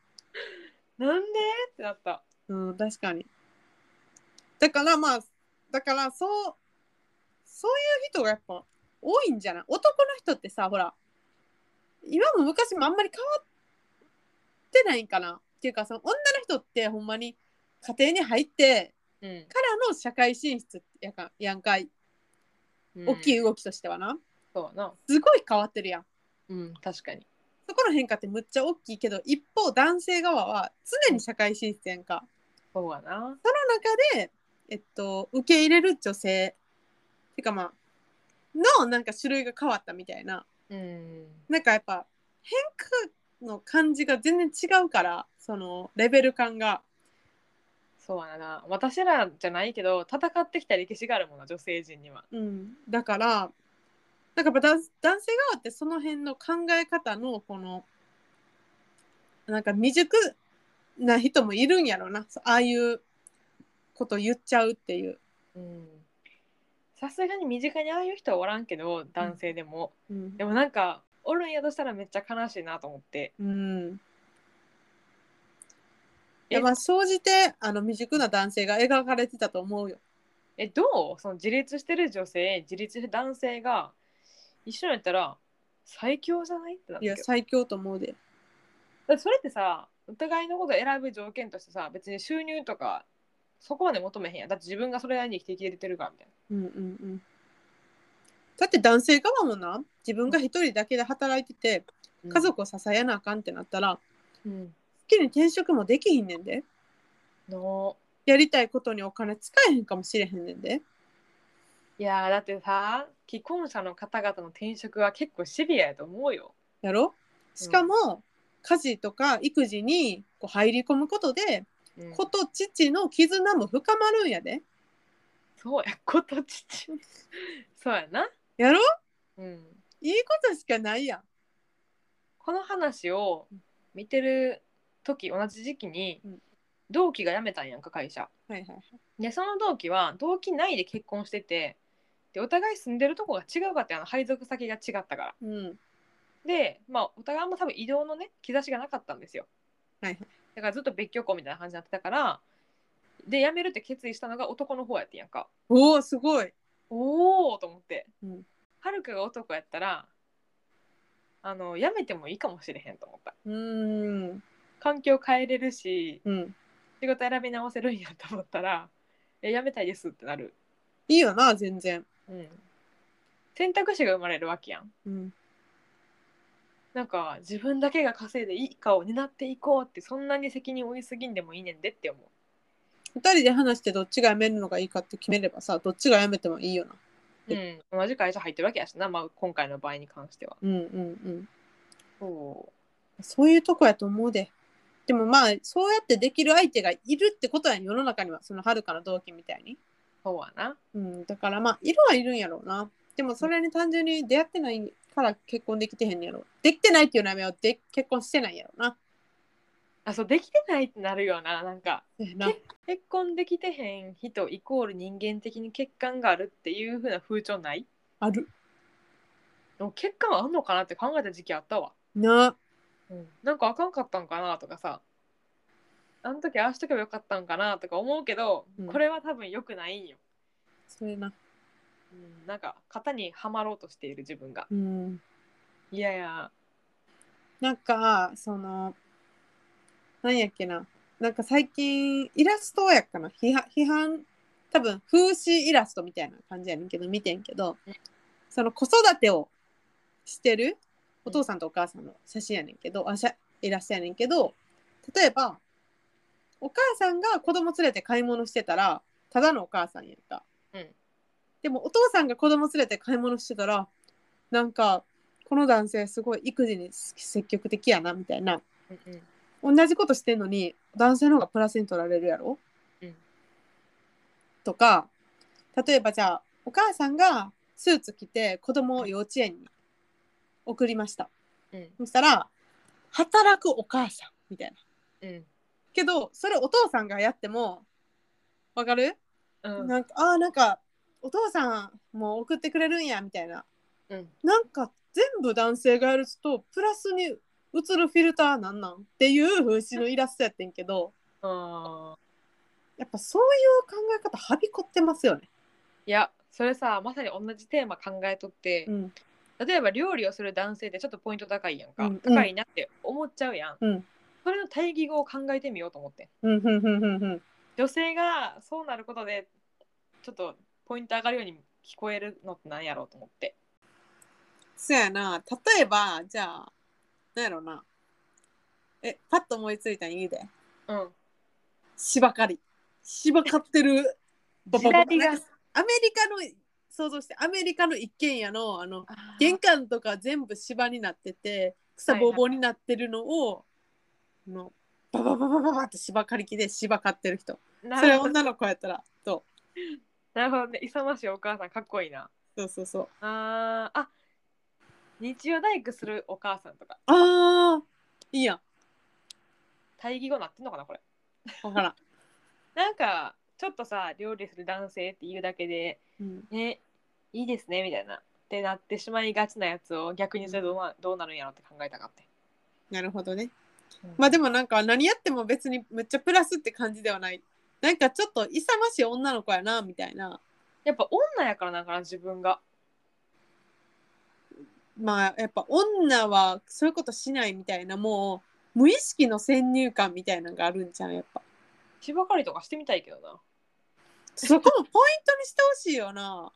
ってなった。 うん、確かに。だからそういう人がやっぱ多いんじゃない？男の人ってさ、ほら今も昔もあんまり変わってないんかなっていうか、その女の人ってほんまに家庭に入ってからの社会進出やんかい、大きい動きとしてはな、 そうな。 すごい変わってるやん。 確かに。 そこの変化ってむっちゃ大きいけど、一方男性側は常に社会進出やんか。 そうやな。その中で、受け入れる女性っていうかのなんか種類が変わったみたいな、なんかやっぱ変化の感じが全然違うから、そのレベル感が。 そうやな。私らじゃないけど戦ってきた歴史があるもんな、女性陣には。 だからなんかやっぱ男性側ってその辺の考え方のこのなんか未熟な人もいるんやろな、ああいうこと言っちゃうっていう。 さすがに身近にああいう人はおらんけど、男性でも、でもなんかおるんやとしたらめっちゃ悲しいなと思って。 いや、まあ総じて未熟な男性が描かれてたと思うよ。 どうその自立してる女性、自立してる男性が一緒にやったら最強じゃないってなったけど。 いや最強と思うで。 だってそれってさ、お互いのことを選ぶ条件としてさ、別に収入とかそこまで求めへんやん。だって自分がそれなりに生きていけてるからみたいな。 だって男性側もな、自分が一人だけで働いてて、家族を支えなあかんってなったら、好きに転職もできひんねんで。やりたいことにお金使えへんかもしれへんねんで。 いやだってさ、既婚者の方々の転職は結構シビアやと思うよ。 やろ？しかも、家事とか育児にこう入り込むことで子と父の絆も深まるんやで。 そうや、子と父そうやな。 やろ、 うん、 いいことしかないやん。 この話を見てる時、同じ時期に同期が辞めたんやんか、会社。 はいはいはい。 でその同期は同期内で結婚してて、でお互い住んでるとこが違うかって、配属先が違ったから。 うん。 でまあお互いあんま多分移動のね兆しがなかったんですよ。 はいはい。 だからずっと別居婚みたいな感じになってたから、で辞めるって決意したのが男の方やってんやんか。 おお、すごい。 おおと思って、 うん。 はるかが男やったら辞めてもいいかもしれへんと思った。環境変えれるし、 うん。 仕事選び直せるんやと思ったら辞めたいですってなる。 いいよな、全然。 うん、選択肢が生まれるわけやん。 うん。 なんか自分だけが稼いでいいかを担っていこうって、そんなに責任負いすぎんでもいいねんでって思う。 二人で話してどっちが辞めるのがいいかって決めればさ、どっちが辞めてもいいよな。 うん、同じ会社入ってるわけやしな、まあ、今回の場合に関しては。 うんうんうん。 そそういうとこやと思うで。でもまあ、そうやってできる相手がいるってことやん、世の中には。そのはるかの同期みたいに。 そうはな。 うん。だからまあ、いるはいるんやろうな。でもそれに単純に出会ってないから結婚できてへんやろ。できてないっていうのはやめよう。で結婚してないやろな。 あ、そう、できてないってなるよな。なんかな結婚できてへん人イコール人間的に欠陥があるっていう風な風潮ない？ ある。 でも欠陥あんのかなって考えた時期あったわ。 な。 なんかあかんかったんかなとかさ、あの時ああしとけばよかったんかなとか思うけど、これは多分良くないんよ。 それな。 なんか型にはまろうとしている自分が。いやいや。 なんか、なんやっけな。なんか最近、イラストやっかな。批判、多分、風刺イラストみたいな感じやねんけど、見てんけど、その子育てをしてるお父さんとお母さんの写真やねんけど、イラストやねんけど、例えば、お母さんが子供連れて買い物してたら、ただのお母さんやんか。でも、お父さんが子供連れて買い物してたら、なんか、この男性すごい育児に積極的やな、みたいな。同じことしてんのに男性の方がプラスに取られるやろ、とか、例えばじゃあお母さんがスーツ着て子供を幼稚園に送りました、そしたら働くお母さんみたいな、けどそれお父さんがやってもわかる、なんかなんかお父さんも送ってくれるんやみたいな、なんか全部男性がやるとプラスに映るフィルターなんっていう風刺のイラストやってんけど、やっぱそういう考え方はびこってますよね。 いや、それさ、まさに同じテーマ考えとって、例えば料理をする男性ってちょっとポイント高いやんか、高いなって思っちゃうやん、それの対義語を考えてみようと思って、女性がそうなることでちょっとポイント上がるように聞こえるのってなんやろうと思って。 そうやな。例えばじゃあなんやろな、パッと思いついたん言うで、芝刈り、芝刈ってる時代がアメリカの想像して、アメリカの一軒家の玄関とか全部芝になってて草ぼうぼうになってるのを、ババババババって芝刈り機で芝刈ってる人、それ女の子やったらどう？ なるほどね。勇ましいお母さんかっこいいな。 そうそうそう。 日曜大工するお母さんとか。 いいやん。 対義語なってんのかなこれ。 わからん。 なんかちょっとさ、料理する男性っていうだけで、ね、いいですねみたいなってなってしまいがちなやつを逆にそれどうなるんやろって考えたかって。 なるほどね。まあでもなんか何やっても別にめっちゃプラスって感じではない。なんかちょっと勇ましい女の子やなみたいな。 やっぱ女やからなんかな、自分が。 まあやっぱ女はそういうことしないみたいな、もう無意識の先入観みたいなのがあるんじゃん、やっぱ。 芝刈りとかしてみたいけどな。 そこもポイントにしてほしいよな。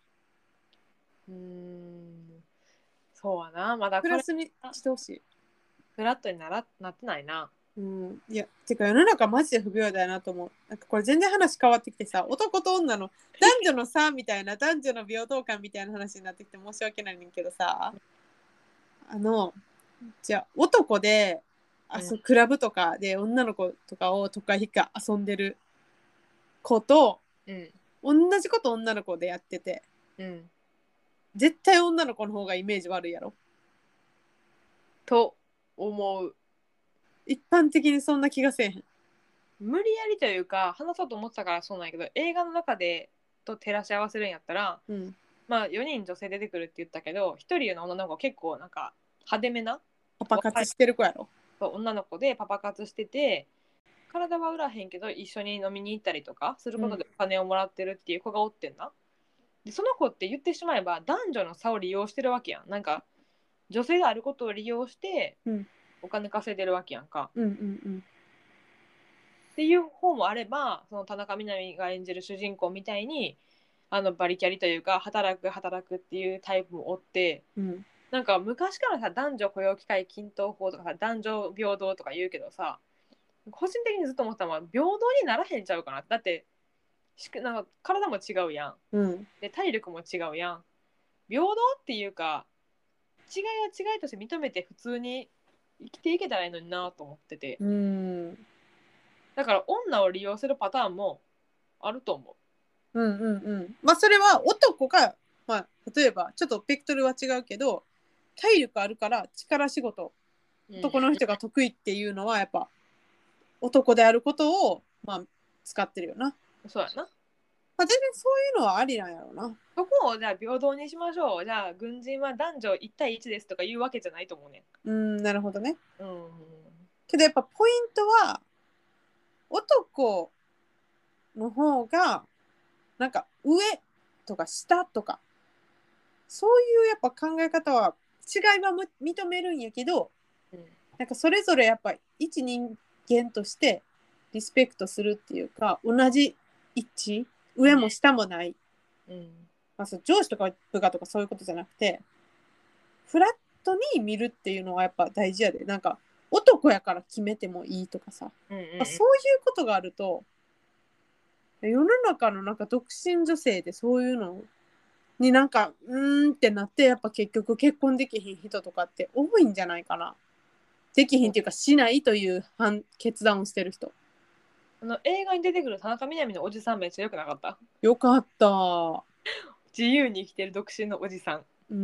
そうやな、まだプラスにしてほしい。 フラットになってないな。 いや、てか世の中マジで不平等やなと思う。なんかこれ全然話変わってきてさ、男と女の男女の差みたいな、男女の平等感みたいな話になってきて申し訳ないねんけどさ、じゃあ男でクラブとかで女の子とかをとかひか遊んでる子と、同じこと女の子でやってて、絶対女の子の方がイメージ悪いやろと思う。 一般的にそんな気がせえへん。 無理やりというか話そうと思ってたからそうなんやけど、映画の中でと照らし合わせるんやったら、まあ4人女性出てくるって言ったけど、1人の女の子は結構なんか派手めなパパ活してる子やろ。 女の子でパパ活してて、体は売らへんけど一緒に飲みに行ったりとかすることでお金をもらってるっていう子がおってんな。でその子って言ってしまえば男女の差を利用してるわけやん。なんか女性があることを利用してお金稼いでるわけやんか。っていう方もあれば、その田中みな実が演じる主人公みたいにバリキャリというか働くっていうタイプもおって、なんか昔からさ、男女雇用機会均等法とかさ、男女平等とか言うけどさ、個人的にずっと思ったのは平等にならへんちゃうかな。だってなんか体も違うやん、で体力も違うやん。平等っていうか違いは違いとして認めて普通に生きていけたらいいのになと思ってて、だから女を利用するパターンもあると思う。 まあそれは男が、まあ、例えばちょっとベクトルは違うけど体力あるから力仕事、男の人が得意っていうのはやっぱ男であることを、まあ、使ってるよな。 そうやな。 まあ、全然そういうのはありなんやろうな。 そこをじゃあ平等にしましょう。じゃあ軍人は男女1対1ですとか言うわけじゃないと思うねん。なるほどね。けどやっぱポイントは男の方がなんか上とか下とかそういうやっぱ考え方は違いは認めるんやけど、なんかそれぞれやっぱ一人間としてリスペクトするっていうか同じ位置、上も下もない、まあ、その上司とか部下とかそういうことじゃなくてフラットに見るっていうのはやっぱ大事やで。なんか男やから決めてもいいとかさ、そういうことがあると世の中のなんか独身女性でそういうのになんかってなってやっぱ結局結婚できひん人とかって多いんじゃないかな。できひんっていうかしないという決断をしてる人。 映画に出てくる田中みな実のおじさんめっちゃよくなかった？ よかった。 自由に生きてる独身のおじさん。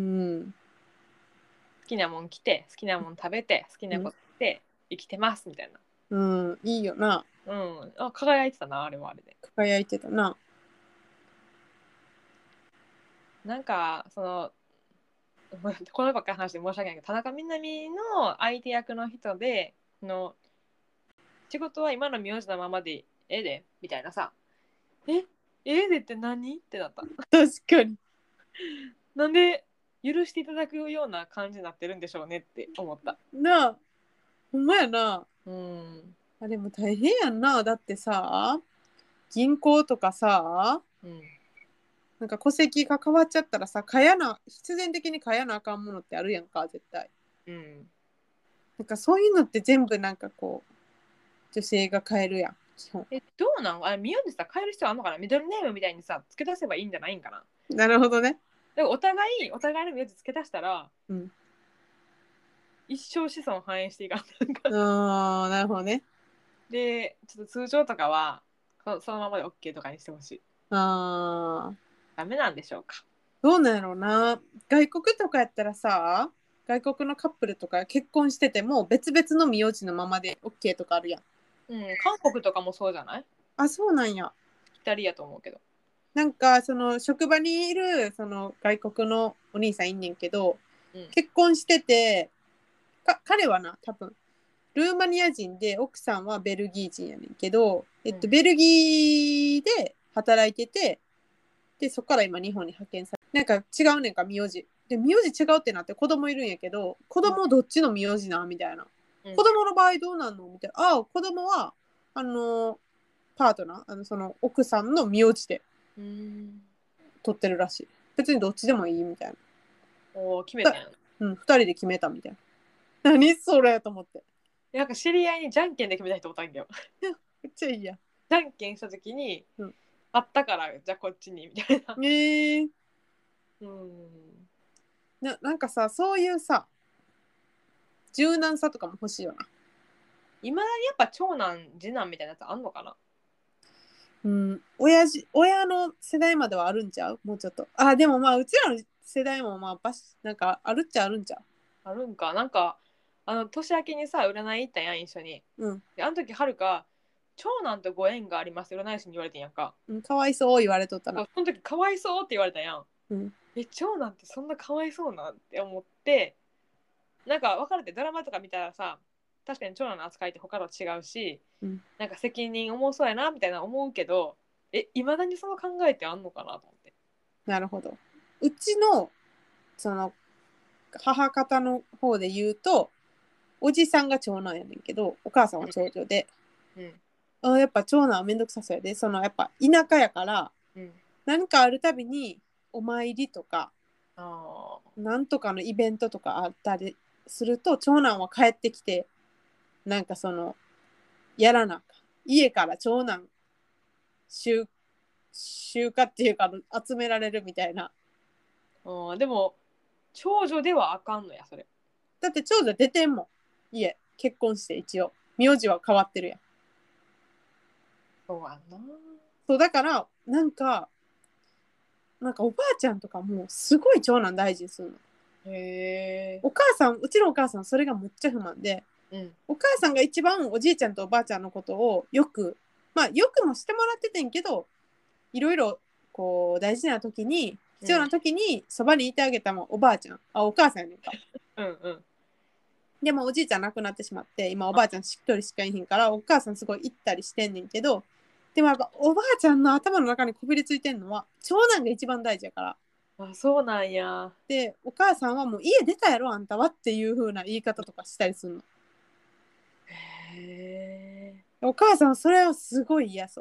好きなもん着て好きなもん食べて好きなことして生きてますみたいな。 いいよな。 輝いてたな、あれはあれで。 輝いてたな。 なんかそのこのばっかり話して申し訳ないけど、田中みな実の相手役の人で仕事は今の名字のままでええでみたいなさ、ええでって何ってなった。 確かに。 なんで許していただくような感じになってるんでしょうねって思ったなあ。ほんまやな。あれも大変やんな。だってさ銀行とかさ、なんか戸籍が変わっちゃったらさ必然的に変えなあかんものってあるやんか絶対。なんかそういうのって全部なんかこう女性が変えるやん基本。 どうなん？名字さ変える必要あるのかな？ミドルネームみたいにさ付け出せばいいんじゃないんかな。 なるほどね。 だからお互いの名字付け出したら、一生子孫繁栄していかん。 なるほどね。 でちょっと通帳とかはそのままで OK とかにしてほしい。ダメなんでしょうか。 どうなんやろうな。外国とかやったらさ、外国のカップルとか結婚してても別々の名字のままで OK とかあるやん。 韓国とかもそうじゃない？ あ、そうなんや。 イタリアと思うけど。 なんかその職場にいるその外国のお兄さんいんねんけど、結婚してて彼はな多分ルーマニア人で奥さんはベルギー人やねんけど、ベルギーで働いてて、でそこから今日本に派遣され、なんか違うねんか名字で、名字違うってなって子供いるんやけど、子供どっちの名字なみたいな、子供の場合どうなんのみたいな、子供はパートナーその奥さんの名字で取ってるらしい。別にどっちでもいいみたいな。 決めたんや。 2人で決めたみたいな。何それと思って。 なんか知り合いにじゃんけんで決めた人おったんだよ。 めっちゃいいや。 じゃんけんした時に、あったからじゃあこっちにみたいな。なんかさそういうさ柔軟さとかも欲しいよな。 いまだにやっぱ長男次男みたいなやつあんのかな。 うん、親の世代まではあるんちゃう、もうちょっと。あ、でもまあうちらの世代もまあなんかあるっちゃあるんちゃう。 あるんか。なんか年明けにさ占い行ったやん一緒に。 うん。 であの時はるか長男とご縁があります占い師に言われてんやんか。 うん、かわいそう言われとったな。 その時かわいそうって言われたやん。 うん、 長男ってそんなかわいそうなんって思って、なんか分かるってドラマとか見たらさ、確かに長男の扱いって他と違うし、 うん、 なんか責任重そうやなみたいな思うけど、いまだにその考えってあんのかなと思って。 なるほど。うちのその母方の方で言うと、おじさんが長男やねんけど、お母さんは長女で、やっぱ長男はめんどくさそうやで、やっぱ田舎やから、何かあるたびにお参りとか、なんとかのイベントとかあったりすると、長男は帰ってきて、なんかやらな家から長男集荷っていうか集められるみたいな。 でも長女ではあかんのやそれ。 だって長女出てんもん、家結婚して。一応名字は変わってるやん。 そうやな。 そうだからなんかおばあちゃんとかもすごい長男大事にするの。 へえ。 うちのお母さんそれがむっちゃ不満で、お母さんが一番おじいちゃんとおばあちゃんのことをよくもしてもらっててんけど、いろいろこう大事な時に必要な時にそばにいてあげたもおばあちゃん、お母さんやねんか。でもおじいちゃん亡くなってしまって、今おばあちゃんしっとりしかいへんから、お母さんすごい行ったりしてんねんけど、でもやっぱおばあちゃんの頭の中にこびりついてんのは長男が一番大事やから。 そうなんや。 でお母さんはもう家出たやろあんたはっていう風な言い方とかしたりするの。 へえ。 お母さんそれはすごい嫌そう。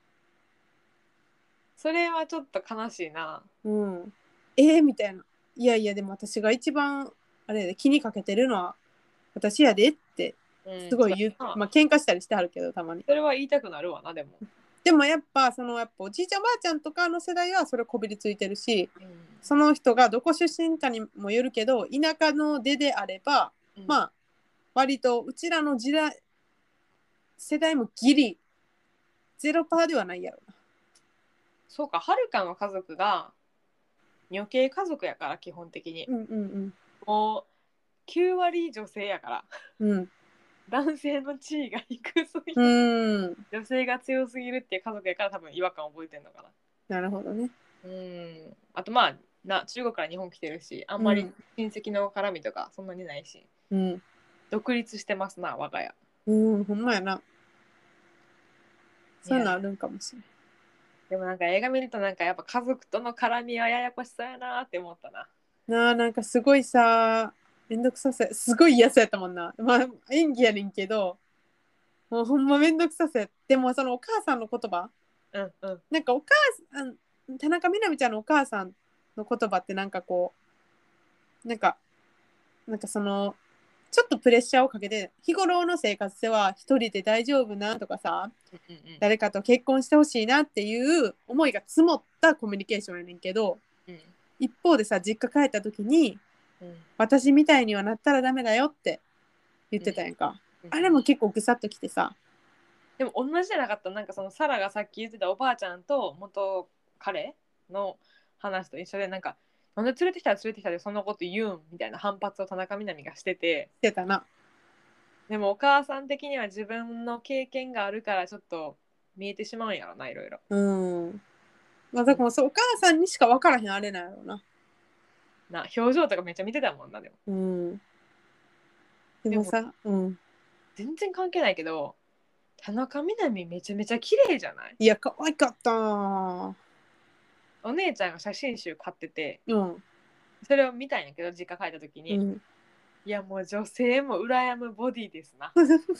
それはちょっと悲しいな。 みたいな。いやいやでも私が一番あれで気にかけてるのは私やでってすごい言う、喧嘩したりしてはるけどたまに。 それは言いたくなるわな。 でもやっぱおじいちゃんおばあちゃんとかの世代はそれこびりついてるし、その人がどこ出身かにもよるけど、田舎の出であれば、まあ割とうちらの世代もギリ0%ではないやろな。 そうか、はるかの家族が女系家族やから基本的に、もう9割女性やから、男性の地位が低すぎる、女性が強すぎるっていう家族やから多分違和感覚えてんのかな。なるほどね。 あと中国から日本来てるし、あんまり親戚の絡みとかそんなにないし、独立してますな我が家。 ほんまやな。そういうのあるんかもしれない。 でもなんか映画見るとなんかやっぱ家族との絡みはややこしそうやなって思ったな。 なんかすごいさ、めんどくさせ、すごい嫌そうやったもんな。演技やねんけど、もうほんまめんどくさせ。でもそのお母さんの言葉、なんかお母さん、田中みな実ちゃんのお母さんの言葉ってなんかこう、なんかちょっとプレッシャーをかけて、日頃の生活では一人で大丈夫なとかさ、誰かと結婚してほしいなっていう思いが積もったコミュニケーションやねんけど、一方でさ、実家帰った時に、私みたいにはなったらダメだよって言ってたやんか。あれも結構ぐさっときてさ。 でも同じじゃなかった。なんかそのサラがさっき言ってたおばあちゃんと元彼の話と一緒で、なんかなんで連れてきたでそんなこと言うんみたいな反発を田中みな実がしてたな。 でもお母さん的には自分の経験があるからちょっと見えてしまうんやろな、いろいろ。 だからお母さんにしか分からへんあれなんやろな。 表情とかめっちゃ見てたもんな。でもさ、 全然関係ないけど、田中みな実めちゃめちゃ綺麗じゃない？ いや、可愛かったな。 お姉ちゃんが写真集買ってて、それを見たんやけど、実家帰った時に、いやもう女性も羨むボディですな。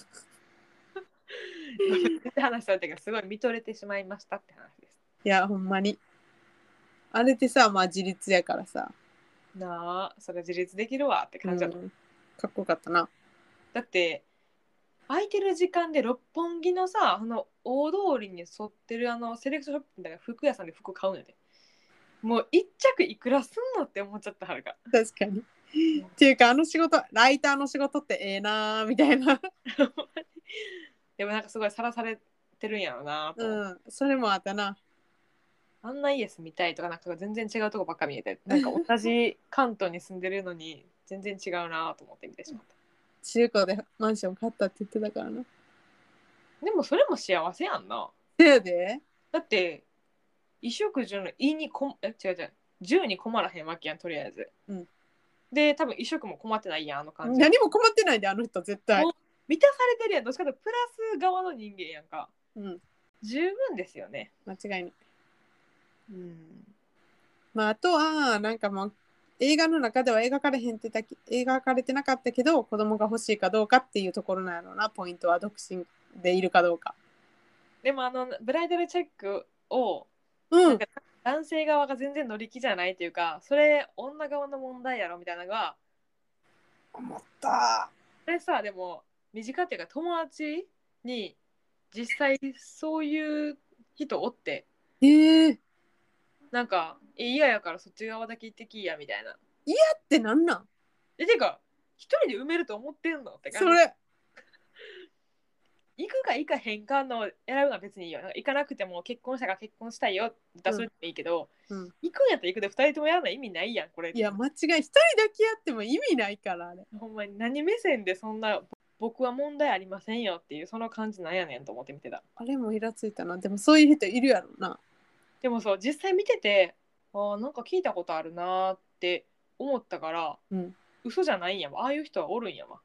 って話されたけど、すごい見とれてしまいましたって話です。 いやほんまにあれってさ、自立やからさ、 それ自立できるわって感じだった、 かっこよかったな。 だって空いてる時間で六本木のさ、大通りに沿ってるセレクトショップみたいな服屋さんで服買うんやで。もう一着いくらすんのって思っちゃった。はるか確かにっていうか、あの仕事、ライターの仕事ってええなーみたいな。 でもなんかすごいさらされてるんやろうなと、 それもあったな。 あんな家住みたいとかなんか全然違うとこばっか見えて、なんか同じ関東に住んでるのに全然違うなと思って見てしまった。 中古でマンション買ったって言ってたからな。 でもそれも幸せやんな。 せやで。 だって衣食住の違う違う住に困らへんわけやんとりあえず、で多分衣食も困ってないやんあの感じ。 何も困ってないであの人絶対。 もう満たされてるやん。どっちかというとプラス側の人間やんか。十分ですよね。 間違いない。まああとはなんかもう映画の中では描かれてなかったけど子供が欲しいかどうかっていうところなのな。ポイントは独身でいるかどうか。 でもブライダルチェックを、なんか男性側が全然乗り気じゃないというか、それ女側の問題やろみたいなのが思った。 それさ、でも身近っていうか友達に実際そういう人おって、なんか嫌やからそっち側だけ行ってきいやみたいな。 嫌ってなんなん？ てか一人で埋めると思ってんのって感じ。 それ行くか行かへんかの選ぶのは別にいいよ。行かなくても結婚したから結婚したいよってそれでもいいけど、行くんやったら行くで2人ともやらない意味ないやんこれ。 いや間違い、一人だけやっても意味ないからあれ。 ほんまに何目線でそんな僕は問題ありませんよっていうその感じなんやねんと思って見てた。 あれもイラついたな。でもそういう人いるやろな。 でもそう実際見ててなんか聞いたことあるなって思ったから、嘘じゃないんやわ。ああいう人はおるんやわ。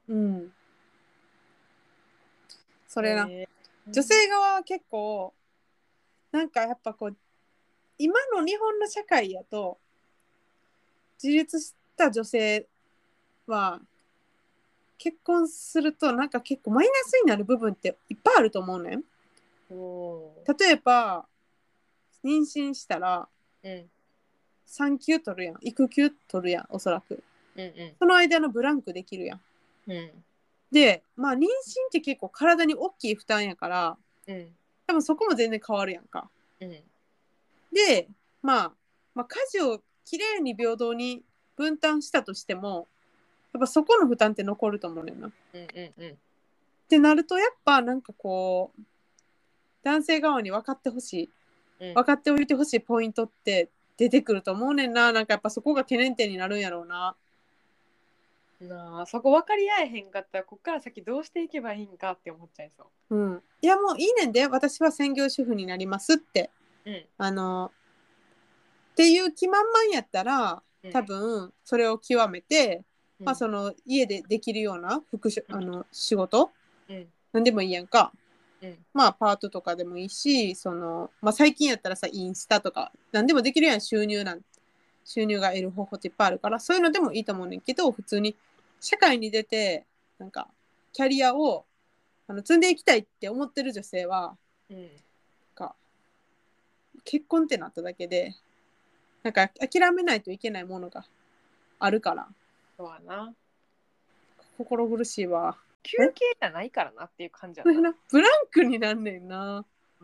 それな、女性側は結構なんかやっぱこう今の日本の社会やと自立した女性は結婚するとなんか結構マイナスになる部分っていっぱいあると思うねん。例えば妊娠したら、産休取るやん、育休取るやん、おそらく、その間のブランクできるやん、でまあ妊娠って結構体に大きい負担やから、多分そこも全然変わるやんか、で、まあ家事をきれいに平等に分担したとしてもやっぱそこの負担って残ると思うねんな、ってなるとやっぱなんかこう男性側に分かってほしい、分かっておいてほしいポイントって出てくると思うねんな。なんかやっぱそこが懸念点になるんやろうな。 なあ、そこ分かり合えへんかったらこっから先どうしていけばいいんかって思っちゃいそう。 いやもういいねんで、私は専業主婦になりますって、っていう気満々やったら多分それを極めて、まあその家でできるような仕事、何でもいいやんか。まあパートとかでもいいし、まあ、最近やったらさインスタとか何でもできるやん。収入が得る方法っていっぱいあるから、そういうのでもいいと思うねんけど、普通に社会に出てなんかキャリアを積んでいきたいって思ってる女性は、結婚ってなっただけでなんか諦めないといけないものがあるから。 そうやな。 心苦しいわ。 休憩じゃないからなっていう感じやな。 ブランクになんねんな。 ほ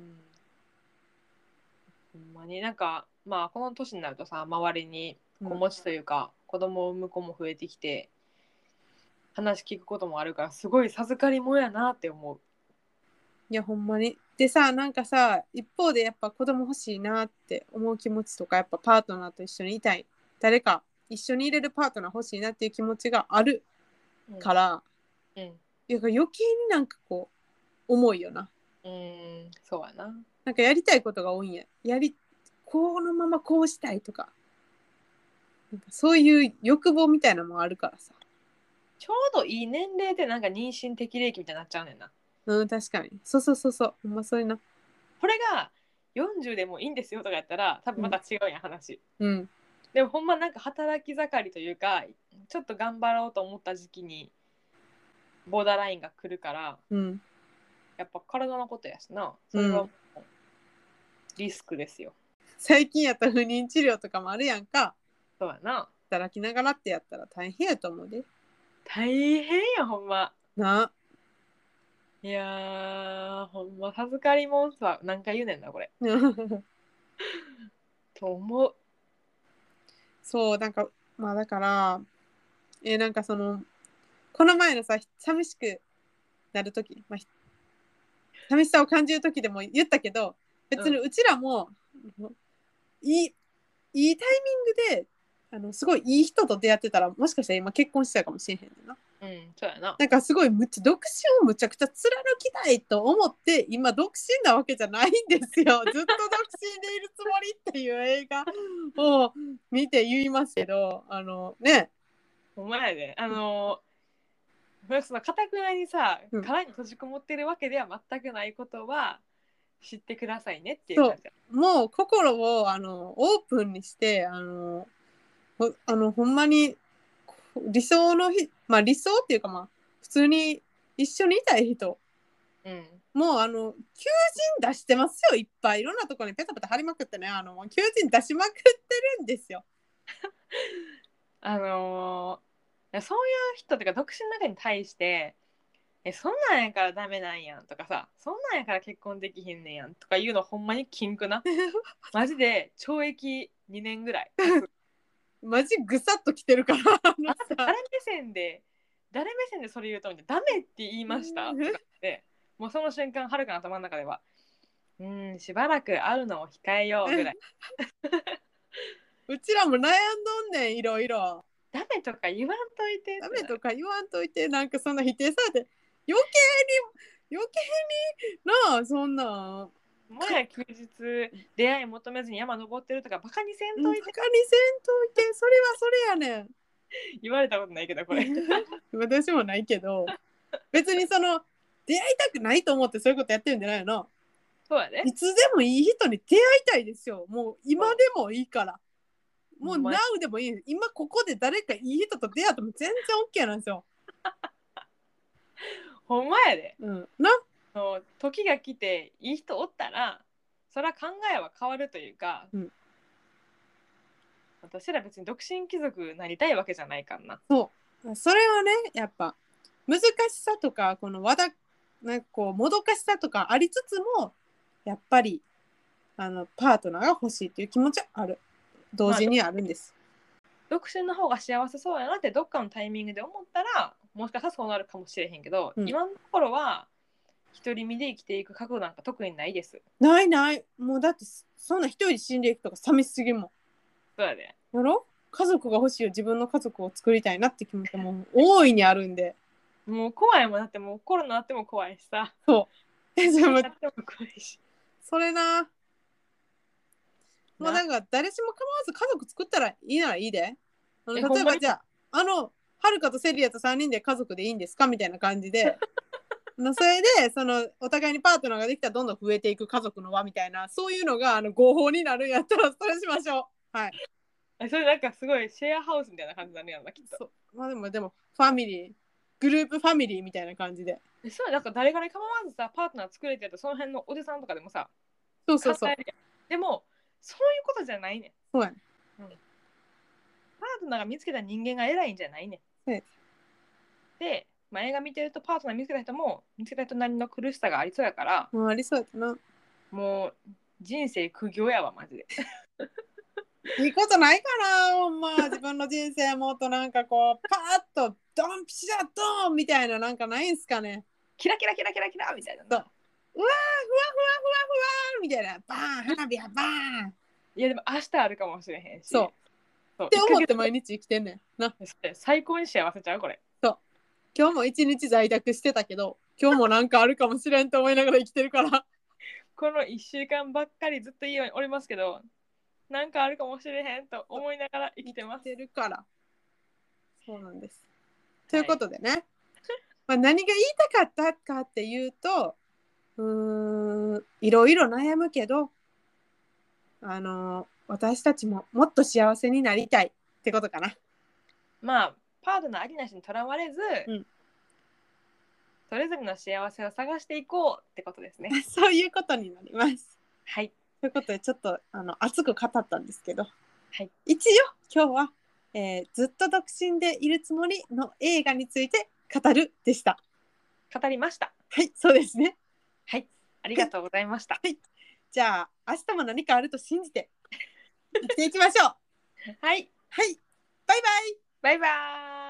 んまになんかまあこの年になるとさ、周りに子持ちというか、子供を産む子も増えてきて話聞くこともあるから、すごい授かりもやなって思う。 いやほんまに。でさ、なんかさ、一方でやっぱ子供欲しいなって思う気持ちとか、やっぱパートナーと一緒にいたい、誰か一緒にいれるパートナー欲しいなっていう気持ちがあるから、余計になんかこう重いよな。 そうやな。 なんかやりたいことが多いんや。このままこうしたいとか、なんかそういう欲望みたいなのもあるからさ。 ちょうどいい年齢でなんか妊娠適齢期みたいになっちゃうねんな。 確かに。そうそうそうそう。ほんまそういうな。 これが40でもいいんですよとかやったら多分また違うやん話。でもほんまなんか働き盛りというか、ちょっと頑張ろうと思った時期にボーダーラインが来るから、やっぱ体のことやしな。それはもうリスクですよ。 最近やったら不妊治療とかもあるやんか。 そうやな。 働きながらってやったら大変やと思うで。 大変やほんま。いやーほんま授かりもんさ何回言うねんなこれ。と思う。 そうなんかまあだからなんかこの前のさ寂しくなる時、 寂しさを感じる時でも言ったけど、別にうちらも、いいタイミングですごいいい人と出会ってたら、もしかしたら今結婚してたかもしれへんねんな。 そうやな。 なんかすごい独身をむちゃくちゃ貫きたいと思って今独身なわけじゃないんですよ。ずっと独身でいるつもりっていう映画を見て言いますけど、ね。 お前でそのかたくなにさ、殻に閉じこもってるわけでは全くないことは知ってくださいねっていう感じ。 もう心をオープンにしてほんまに理想の理想っていうか普通に一緒にいたい人、もう求人出してますよ。いっぱいいろんなところにペタペタ貼りまくってね、求人出しまくってるんですよ。 そういう人とか独身の中に対してそんなんやからダメなんやんとかさ、そんなんやから結婚できひんねんやんとかいうのほんまにキンクな。マジで懲役2年ぐらい。 マジぐさっときてるから誰目線でそれ言うとみたいな、ダメって言いましたとかってもうその瞬間はるかの頭の中ではしばらく会うのを控えようぐらい。 うちらも悩んどんねん、いろいろ。 ダメとか言わんといて。 ダメとか言わんといて、なんかそんな否定されて余計になあ、そんなもや休日出会い求めずに山登ってるとかバカにせんといて。 バカにせんといて、それはそれやねん。 言われたことないけどこれ。 私もないけど、別にその出会いたくないと思ってそういうことやってるんじゃないの。 そうやね。 いつでもいい人に出会いたいですよ。もう今でもいいから。もう Now でもいい。今ここで誰かいい人と出会っても全然 OK なんですよ。 ほんまやで。 な。 時が来ていい人おったらそりゃ考えは変わるというか、私ら別に独身貴族になりたいわけじゃないからな。 そうそれはね、やっぱ難しさとかこのなんかこうもどかしさとかありつつも、やっぱりパートナーが欲しいっていう気持ちはある。同時にあるんです。 独身の方が幸せそうやなってどっかのタイミングで思ったらもしかしたらそうなるかもしれへんけど、今のところは独り身で生きていく覚悟なんか特にないです。 ない。もうだってそんな一人で死んでいくとか寂しすぎんもん。 そうやで。 やろ？家族が欲しいよ。自分の家族を作りたいなって気持ちも大いにあるんで。 もう怖いもん。だってもうコロナあっても怖いしさ。 そう。でも怖いし。 それな。もうなんか誰しも構わず家族作ったらいいならいいで。例えばじゃあはるかとセリアと3人で家族でいいんですかみたいな感じでそれでお互いにパートナーができたらどんどん増えていく家族の輪みたいな、そういうのが合法になるんやったらそれしましょう。はい。 それなんかすごいシェアハウスみたいな感じになるやんな、きっと。 そう、でもファミリーグループファミリーみたいな感じで。 そう、なんか誰が構わずさパートナー作れてるとその辺のおじさんとかでもさ、 そうでもそういうことじゃないねん。 そうやね、 パートナーが見つけた人間が偉いんじゃないねん。で、映画見てるとパートナー見つけた人も見つけた人なりの苦しさがありそうやから、 もうありそうやったな。 もう人生苦行やわマジで。 いいことないかな、ほんま。自分の人生もっとなんかこうパーッとドンピシャドンみたいななんかないんすかね。 キラキラキラキラキラみたいな。 うわーふわふわふわふわみたいな、バーン花火はバーン。 いやでも明日あるかもしれへんし。 そうって思って毎日生きてんねんな。 最高に幸せちゃうこれ。 そう今日も一日在宅してたけど、今日もなんかあるかもしれんと思いながら生きてるからこの1週間ばっかりずっと家におりますけど、なんかあるかもしれへんと思いながら生きてます。 生きてるから。そうなんです。ということでね、何が言いたかったかっていうと、いろいろ悩むけど、私たちももっと幸せになりたいってことかな。 パートナーありなしにとらわれず、それぞれの幸せを探していこうってことですね。 そういうことになります。 はい。 ということでちょっと熱く語ったんですけど、 はい、 一応今日は、ずっと独身でいるつもりの映画について語るでした。 語りました。 はい、そうですね。 はい、ありがとうございました。 はい、じゃあ明日も何かあると信じて生きていきましょう。 はい。 はい。バイバイ。 バイバイ。